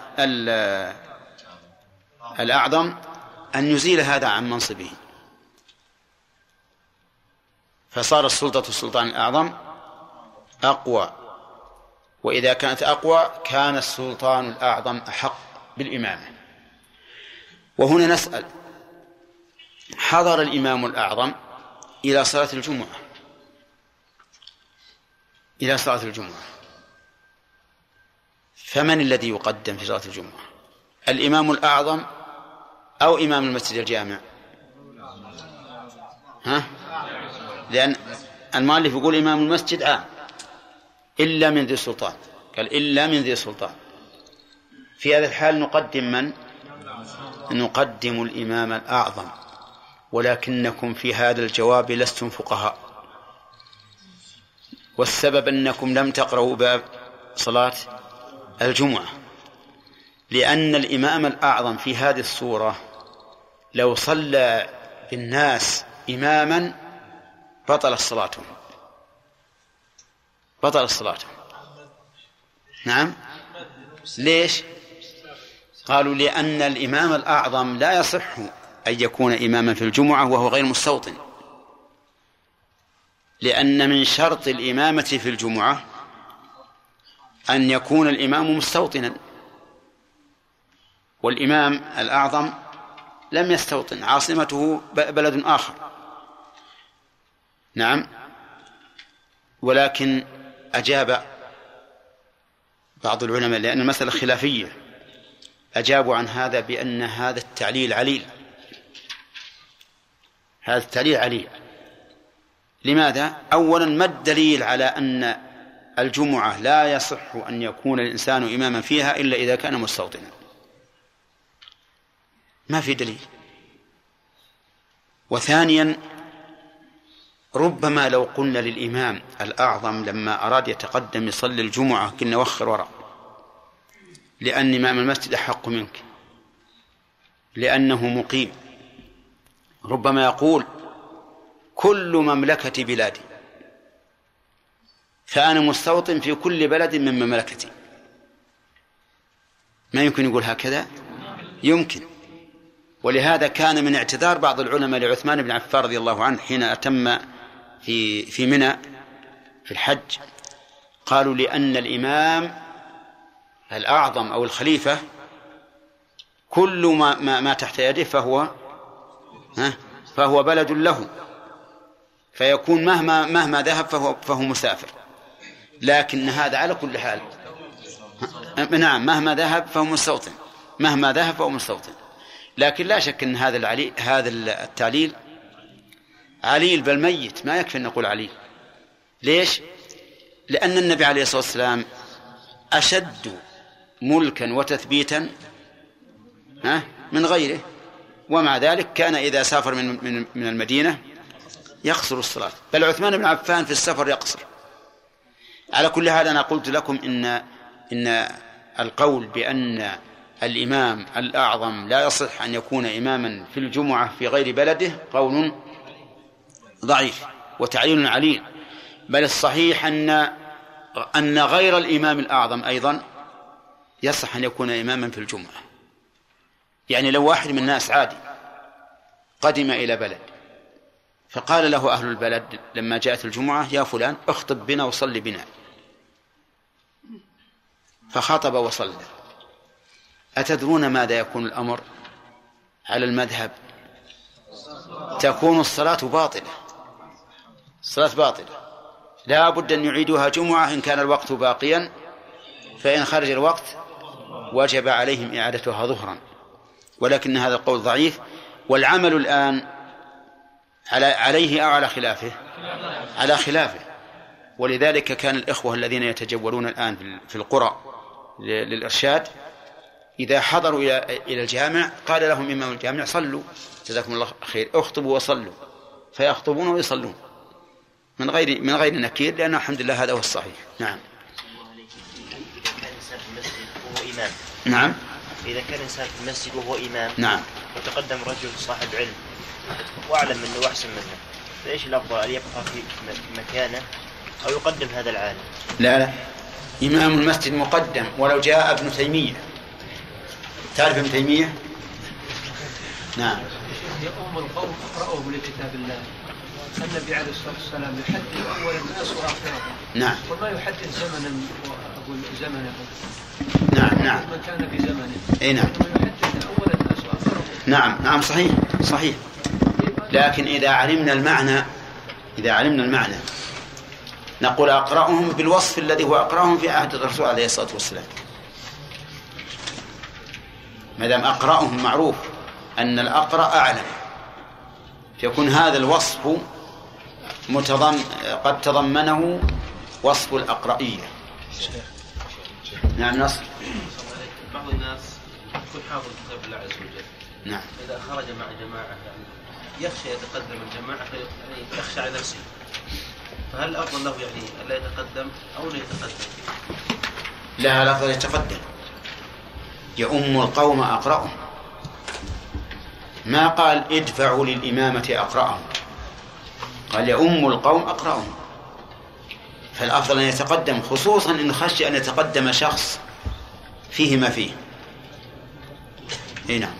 Speaker 1: الأعظم أن يزيل هذا عن منصبه، فصار سلطة السلطان الأعظم أقوى، وإذا كانت أقوى كان السلطان الأعظم أحق بالإمامة. وهنا نسأل: حضر الإمام الأعظم إلى صلاة الجمعة، فمن الذي يقدم في صلاة الجمعة؟ الإمام الأعظم أو إمام المسجد الجامع؟ لأن المؤلف يقول إمام المسجد عام إلا من ذي السلطان، قال إلا من ذي السلطان. في هذا الحال نقدم من؟ نقدم الإمام الأعظم. ولكنكم في هذا الجواب لستم فقهاء، والسبب أنكم لم تقرأوا باب صلاة الجمعة، لأن الإمام الأعظم في هذه الصورة لو صلى بالناس إماما بطل الصلاة. نعم. ليش؟ قالوا: لأن الإمام الأعظم لا يصح أن يكون إماما في الجمعة وهو غير مستوطن، لأن من شرط الإمامة في الجمعة أن يكون الإمام مستوطنا، والإمام الأعظم لم يستوطن، عاصمته بلد آخر. نعم. ولكن أجاب بعض العلماء، لأن المسألة خلافية، أجابوا عن هذا بأن هذا التعليل عليل. لماذا؟ أولا، ما الدليل على أن الجمعة لا يصح أن يكون الإنسان إماما فيها إلا إذا كان مستوطنا؟ ما في دليل. وثانيا، ربما لو قلنا للإمام الأعظم لما أراد يتقدم يصلي الجمعة قلنا: وخر وراء، لأن إمام المسجد أحق منك، لأنه مقيم. ربما يقول: كل مملكة بلادي، فأنا مستوطن في كل بلد من مملكتي. ما يمكن يقول هكذا؟ يمكن. ولهذا كان من اعتذار بعض العلماء لعثمان بن عفان رضي الله عنه حين أتم في منى في الحج، قالوا: لأن الإمام الأعظم أو الخليفة كل ما تحت يده فهو بلد له، فيكون مهما ذهب فهو مسافر. لكن هذا على كل حال، نعم، مهما ذهب فهو مستوطن. لكن لا شك أن هذا التعليل عليل، بل ميت، ما يكفي أن نقول عليل. ليش؟ لأن النبي عليه الصلاة والسلام أشد ملكا وتثبيتا من غيره، ومع ذلك كان إذا سافر من المدينة يقصر الصلاة، بل عثمان بن عفان في السفر يقصر. على كل حال، أنا قلت لكم إن القول بأن الإمام الأعظم لا يصح أن يكون إماما في الجمعة في غير بلده قول ضعيف وتعليل عليل. بل الصحيح أن غير الإمام الأعظم أيضا يصح أن يكون إماما في الجمعة. يعني لو واحد من الناس عادي قدم إلى بلد فقال له أهل البلد لما جاءت الجمعة: يا فلان اخطب بنا وصلي بنا، فخطب وصلى. أتدرون ماذا يكون الأمر على المذهب؟ تكون الصلاة باطلة، الصلاة باطلة، لا بد أن يعيدوها جمعة إن كان الوقت باقيا، فإن خرج الوقت وجب عليهم إعادتها ظهرا. ولكن هذا القول ضعيف، والعمل الآن عليه أو على خلافه؟ على خلافه. ولذلك كان الإخوة الذين يتجولون الآن في القرى للإرشاد إذا حضروا إلى الجامع قال لهم إمام الجامع: صلوا جزاكم الله خير، اخطبوا وصلوا، فيخطبون ويصلون من غير نكير، لأن الحمد لله هذا هو الصحيح. نعم.
Speaker 16: إذا كان إنسان في المسجد وهو إمام.
Speaker 1: نعم.
Speaker 16: إذا كان إنسان في المسجد وهو إمام.
Speaker 1: نعم.
Speaker 16: وتقدم رجل صاحب علم وأعلم منه وأحسن منه، فإيش الأفضل، أن يبقى في مكانه أو يقدم هذا العالم؟
Speaker 1: لا، إمام المسجد مقدم. ولو جاء ابن تيمية، تعرف ابن تيمية؟ نعم.
Speaker 8: يؤم القوم اقرأوا لكتاب الله. النبي عليه الصلاة والسلام يحدد أول الناس وآخرهم.
Speaker 1: نعم.
Speaker 8: وما يحدد زمنا وأقول زمنه.
Speaker 1: نعم.
Speaker 8: من كان في زمنه.
Speaker 1: أي نعم.
Speaker 8: يحدد أول الناس وآخرهم.
Speaker 1: نعم صحيح. لكن إذا علمنا المعنى نقول أقرأهم بالوصف الذي هو أقرأهم في عهد الرسول عليه الصلاة والسلام. ما دام أقرأهم معروف أن الأقرأ أعلم، فيكون هذا الوصف قد تضمنه وصف الأقرئية. نعم. نصر.
Speaker 4: بعض الناس يكون حافظ كتاب الله عز وجل.
Speaker 1: نعم.
Speaker 4: إذا خرج مع جماعة يعني يخشى يتقدم الجماعة يخشى على نفسه، فهل الأفضل له يعني ألا يتقدم أو لا يتقدم؟
Speaker 1: لا، الأفضل يتقدم. يؤم القوم أقرأهم، ما قال ادفعوا للإمامة أقرأهم، قال يؤم القوم أقرأهم. فالأفضل أن يتقدم، خصوصا إن خشي أن يتقدم شخص فيه ما فيه. نعم.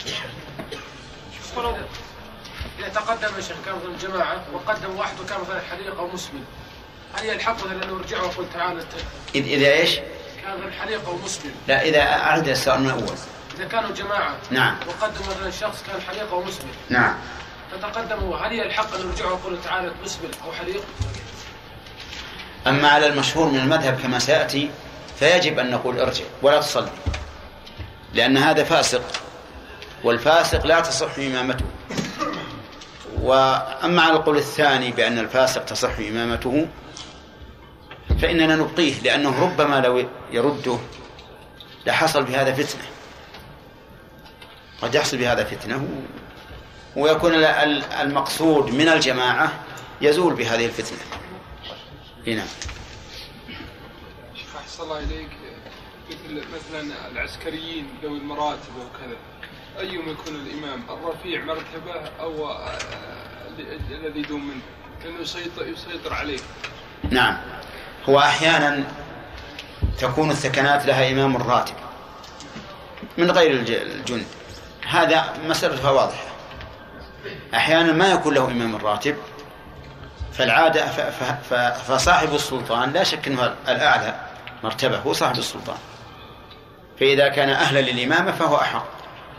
Speaker 12: إذا تقدم الشيخ كان في الجماعة وقدم واحد وكان مثلا حريق أو مسلم، هل يلحق مثلا أنه يرجع ويقول تعالى؟
Speaker 1: إذا إيش؟
Speaker 12: كان في الحريق أو مسلم.
Speaker 1: لا، إذا أعد السؤال من الأول.
Speaker 12: إذا كانوا جماعة.
Speaker 1: نعم.
Speaker 12: وقدم مثلا شخص كان حريق أو مسلم.
Speaker 1: نعم.
Speaker 12: فتقدموا، هل يلحق أن يرجع ويقول تعالى مسلم أو حريق؟
Speaker 1: أما على المشهور من المذهب كما سيأتي فيجب أن نقول ارجع ولا تصلي، لأن هذا فاسق، والفاسق لا تصح إمامته. وأما على القول الثاني بأن الفاسق تصح إمامته فإننا نبقيه، لأنه ربما لو يرده لحصل بهذا فتنة، قد يحصل بهذا فتنة ويكون المقصود من الجماعة يزول بهذه الفتنة. هنا
Speaker 2: شيخ أحسن الله إليك، مثلا العسكريين ذوي المراتب وكذا، أيهم يكون الإمام، الرفيع مرتبة أو الذي دون منه، لأنه يسيطر عليه؟
Speaker 1: نعم. هو أحيانا تكون الثكنات لها إمام راتب من غير الجند، هذا مسألة واضحة. أحيانا ما يكون له إمام راتب، فالعادة فصاحب السلطان لا شك أنه الأعلى مرتبة هو صاحب السلطان، فإذا كان أهلا للإمامة فهو أحق.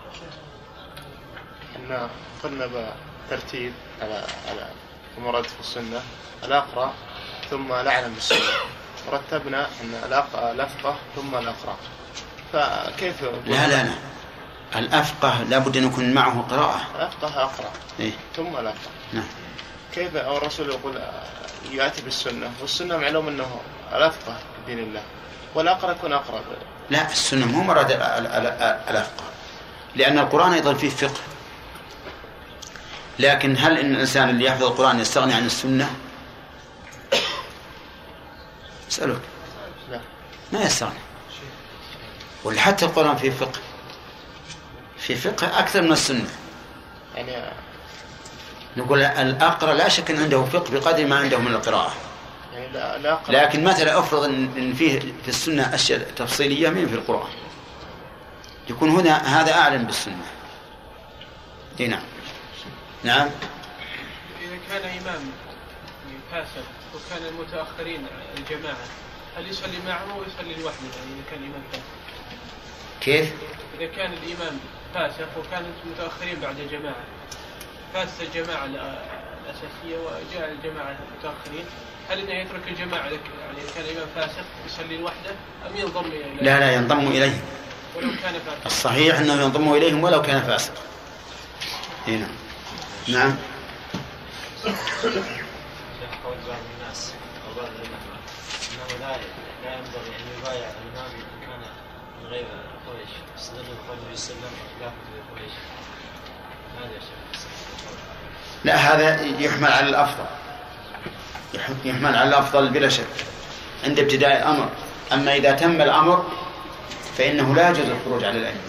Speaker 3: إن قلنا بترتيب على المراد في السنة الأقرأ ثم الأعلم بالسنة، ورتبنا أن الأفقه ثم الأقرأ، فكيف؟
Speaker 1: لا الأفقه لا بد أن يكون معه قراءة.
Speaker 3: الأفقه أقرأ
Speaker 1: إيه؟
Speaker 3: ثم الأفقه.
Speaker 1: نعم.
Speaker 3: كيف الرسول يقول يأتي بالسنة، والسنة معلوم أنه الأفقه بدين الله، والأقرأ يكون أقرب.
Speaker 1: لا، السنة مو مراد الأفقه، لأن القرآن أيضا فيه فقه. لكن هل إن الإنسان اللي يحفظ القرآن يستغني عن السنة؟ أسألك.
Speaker 3: لا،
Speaker 1: ما يستغني. ولحتى القرآن فيه فقه، في فقه أكثر من السنة.
Speaker 3: يعني
Speaker 1: نقول الأقرأ لا شك أن عنده فقه بقدر ما عنده من القراءة،
Speaker 3: يعني لا
Speaker 1: لكن مثلا أفرض أن فيه في السنة أشياء تفصيلية من في القرآن، يكون هنا هذا أعلم بالسنة. نعم. نعم.
Speaker 14: إذا كان إمام فاسد وكان المتأخرين الجماعة، هل يصلي معهم أو يصلي لوحده؟ يعني إذا كان الإمام فاسد
Speaker 1: كيف؟
Speaker 14: إذا كان الإمام فاسق وكان متأخرين بعد جماعة، فاسد الجماعة الأساسية وجاء الجماعة المتأخرين، هل إنه يترك الجماعة يعني إذا كان الإمام فاسق يصلي لوحده أم ينضم إليه؟
Speaker 1: لا ينضم إليهم،
Speaker 14: ولو كان فاسق.
Speaker 1: الصحيح أنه ينضم إليهم ولو كان فاسق. هنا. نعم.
Speaker 18: قول بعض الناس أو بعض العلماء أنه لا ينبغي أن يبايع الإمام إن كان من غير قريش، استدل بقول النبي صلى الله عليه وسلم خلافه لقريش. هذا يا شيخ.
Speaker 1: لا، هذا يحمل على الأفضل، يحمل على الأفضل بلا شك عند ابتداء الأمر. أما إذا تم الأمر فإنه لا يجوز الخروج على الأئمة،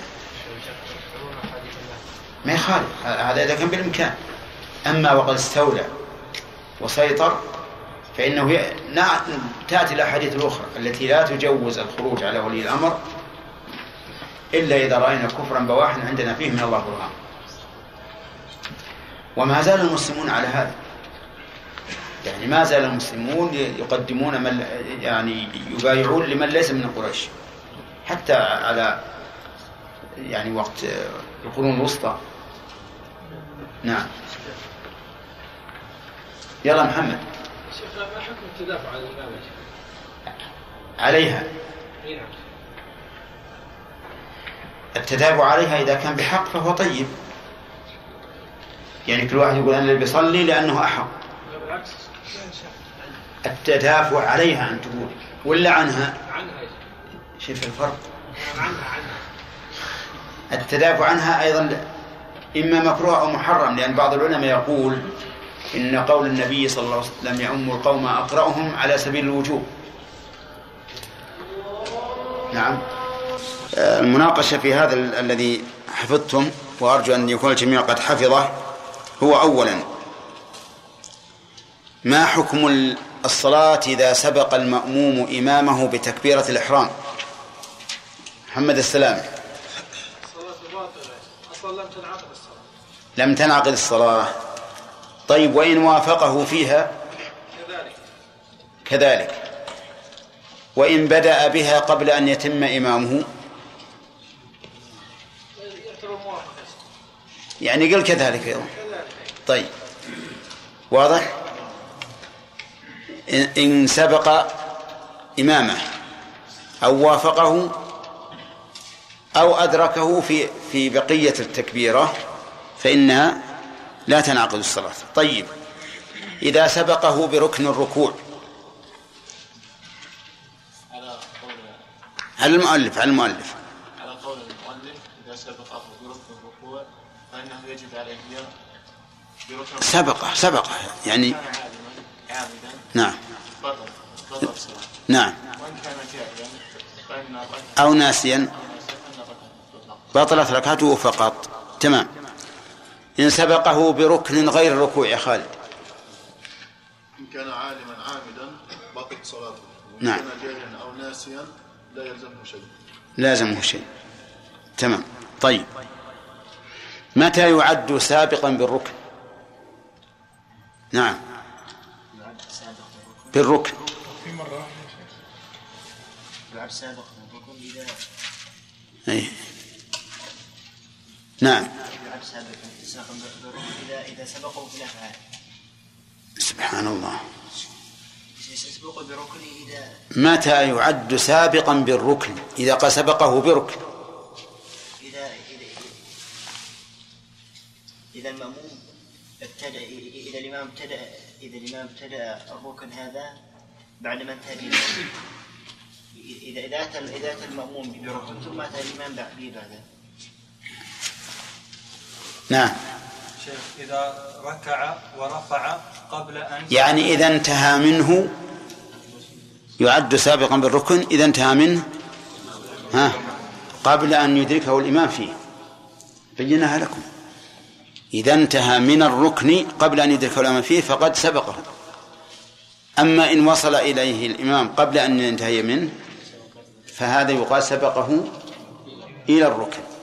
Speaker 1: ما يخالف هذا إذا كان بالإمكان. أما وقد استولى وسيطر فإنه تأتي الأحاديث الأخرى التي لا تجوز الخروج على ولي الأمر إلا إذا رأينا كفرا بواحا عندنا فيه من الله برهان. وما زال المسلمون على هذا، يعني ما زال المسلمون يقدمون من يعني يبايعون لمن ليس من قريش، حتى على يعني وقت القرون الوسطى. نعم. يلا محمد.
Speaker 13: شيخنا ما حكم التدافع على الإمامة؟
Speaker 1: عليها
Speaker 13: نعم.
Speaker 1: التدافع عليها إذا كان بحق فهو طيب، يعني كل واحد يقول أنا اللي بيصلي لأنه أحق.
Speaker 13: بالعكس
Speaker 1: التدافع عليها أن تقول ولا عنها؟
Speaker 13: عنها.
Speaker 1: شوف الفرق.
Speaker 13: عنها.
Speaker 1: التدافع عنها أيضا إما مكروه أو محرم، لأن بعض العلماء يقول إن قول النبي صلى الله عليه وسلم يؤم القوم أقرأهم على سبيل الوجوب. نعم. المناقشة في هذا الذي حفظتم، وأرجو أن يكون الجميع قد حفظه، هو أولا ما حكم الصلاة إذا سبق المأموم إمامه بتكبيرة الإحرام؟ محمد السلام.
Speaker 13: الصلاة باطلة، أصلا لم تنعقد الصلاة.
Speaker 1: لم تنعقد الصلاة. طيب وإن وافقه فيها كذلك. وإن بدأ بها قبل أن يتم إمامه يعني قل كذلك أيضا. طيب واضح. إن سبق إمامه أو وافقه أو أدركه في بقية التكبيرة فإنها لا تنعقد الصلاة. طيب إذا سبقه بركن الركوع، على المؤلف
Speaker 3: على قول المؤلف إذا سبقه بركن الركوع فإنه يجب عليه بركن
Speaker 1: سبقه يعني
Speaker 3: عامدا.
Speaker 1: نعم.
Speaker 3: بطل صلاة.
Speaker 1: نعم.
Speaker 3: وإن كان جاهلا فإن
Speaker 1: أو ناسيا بطلت ركعته فقط. تمام. إن سبقه بركن غير الركوع يا خالد.
Speaker 5: إن كان عالما عامدا بطلت صلاته.
Speaker 1: نعم.
Speaker 5: إن كان جاهلا أو ناسيا لا
Speaker 1: يلزمه شيء. تمام. طيب متى يعد سابقا بالركن؟ نعم بالركن.
Speaker 14: في مرة
Speaker 16: يعد سابقا بالركن إذا
Speaker 1: نعم
Speaker 16: يعد سابقا بالركن إذا سبقوا في الأفعال.
Speaker 1: سبحان الله.
Speaker 16: يسبق بركن
Speaker 1: متى يعد سابقا بالركن؟ إذا سبقه بركن.
Speaker 16: إذا المأموم ابتدأ، إذا الإمام ابتدأ الركن هذا بعد ما انتهى الإمام، إذا أتى المأموم بركن ثم أتى الإمام بعده.
Speaker 17: نعم. شيخ إذا ركع ورفع قبل أن
Speaker 1: يعني إذا انتهى منه يعد سابقا بالركن إذا انتهى منه قبل أن يدركه الإمام فيه. بيناها لكم. إذا انتهى من الركن قبل أن يدرك الإمام فيه فقد سبقه. أما إن وصل إليه الإمام قبل أن ينتهي منه فهذا يقال سبقه إلى الركن.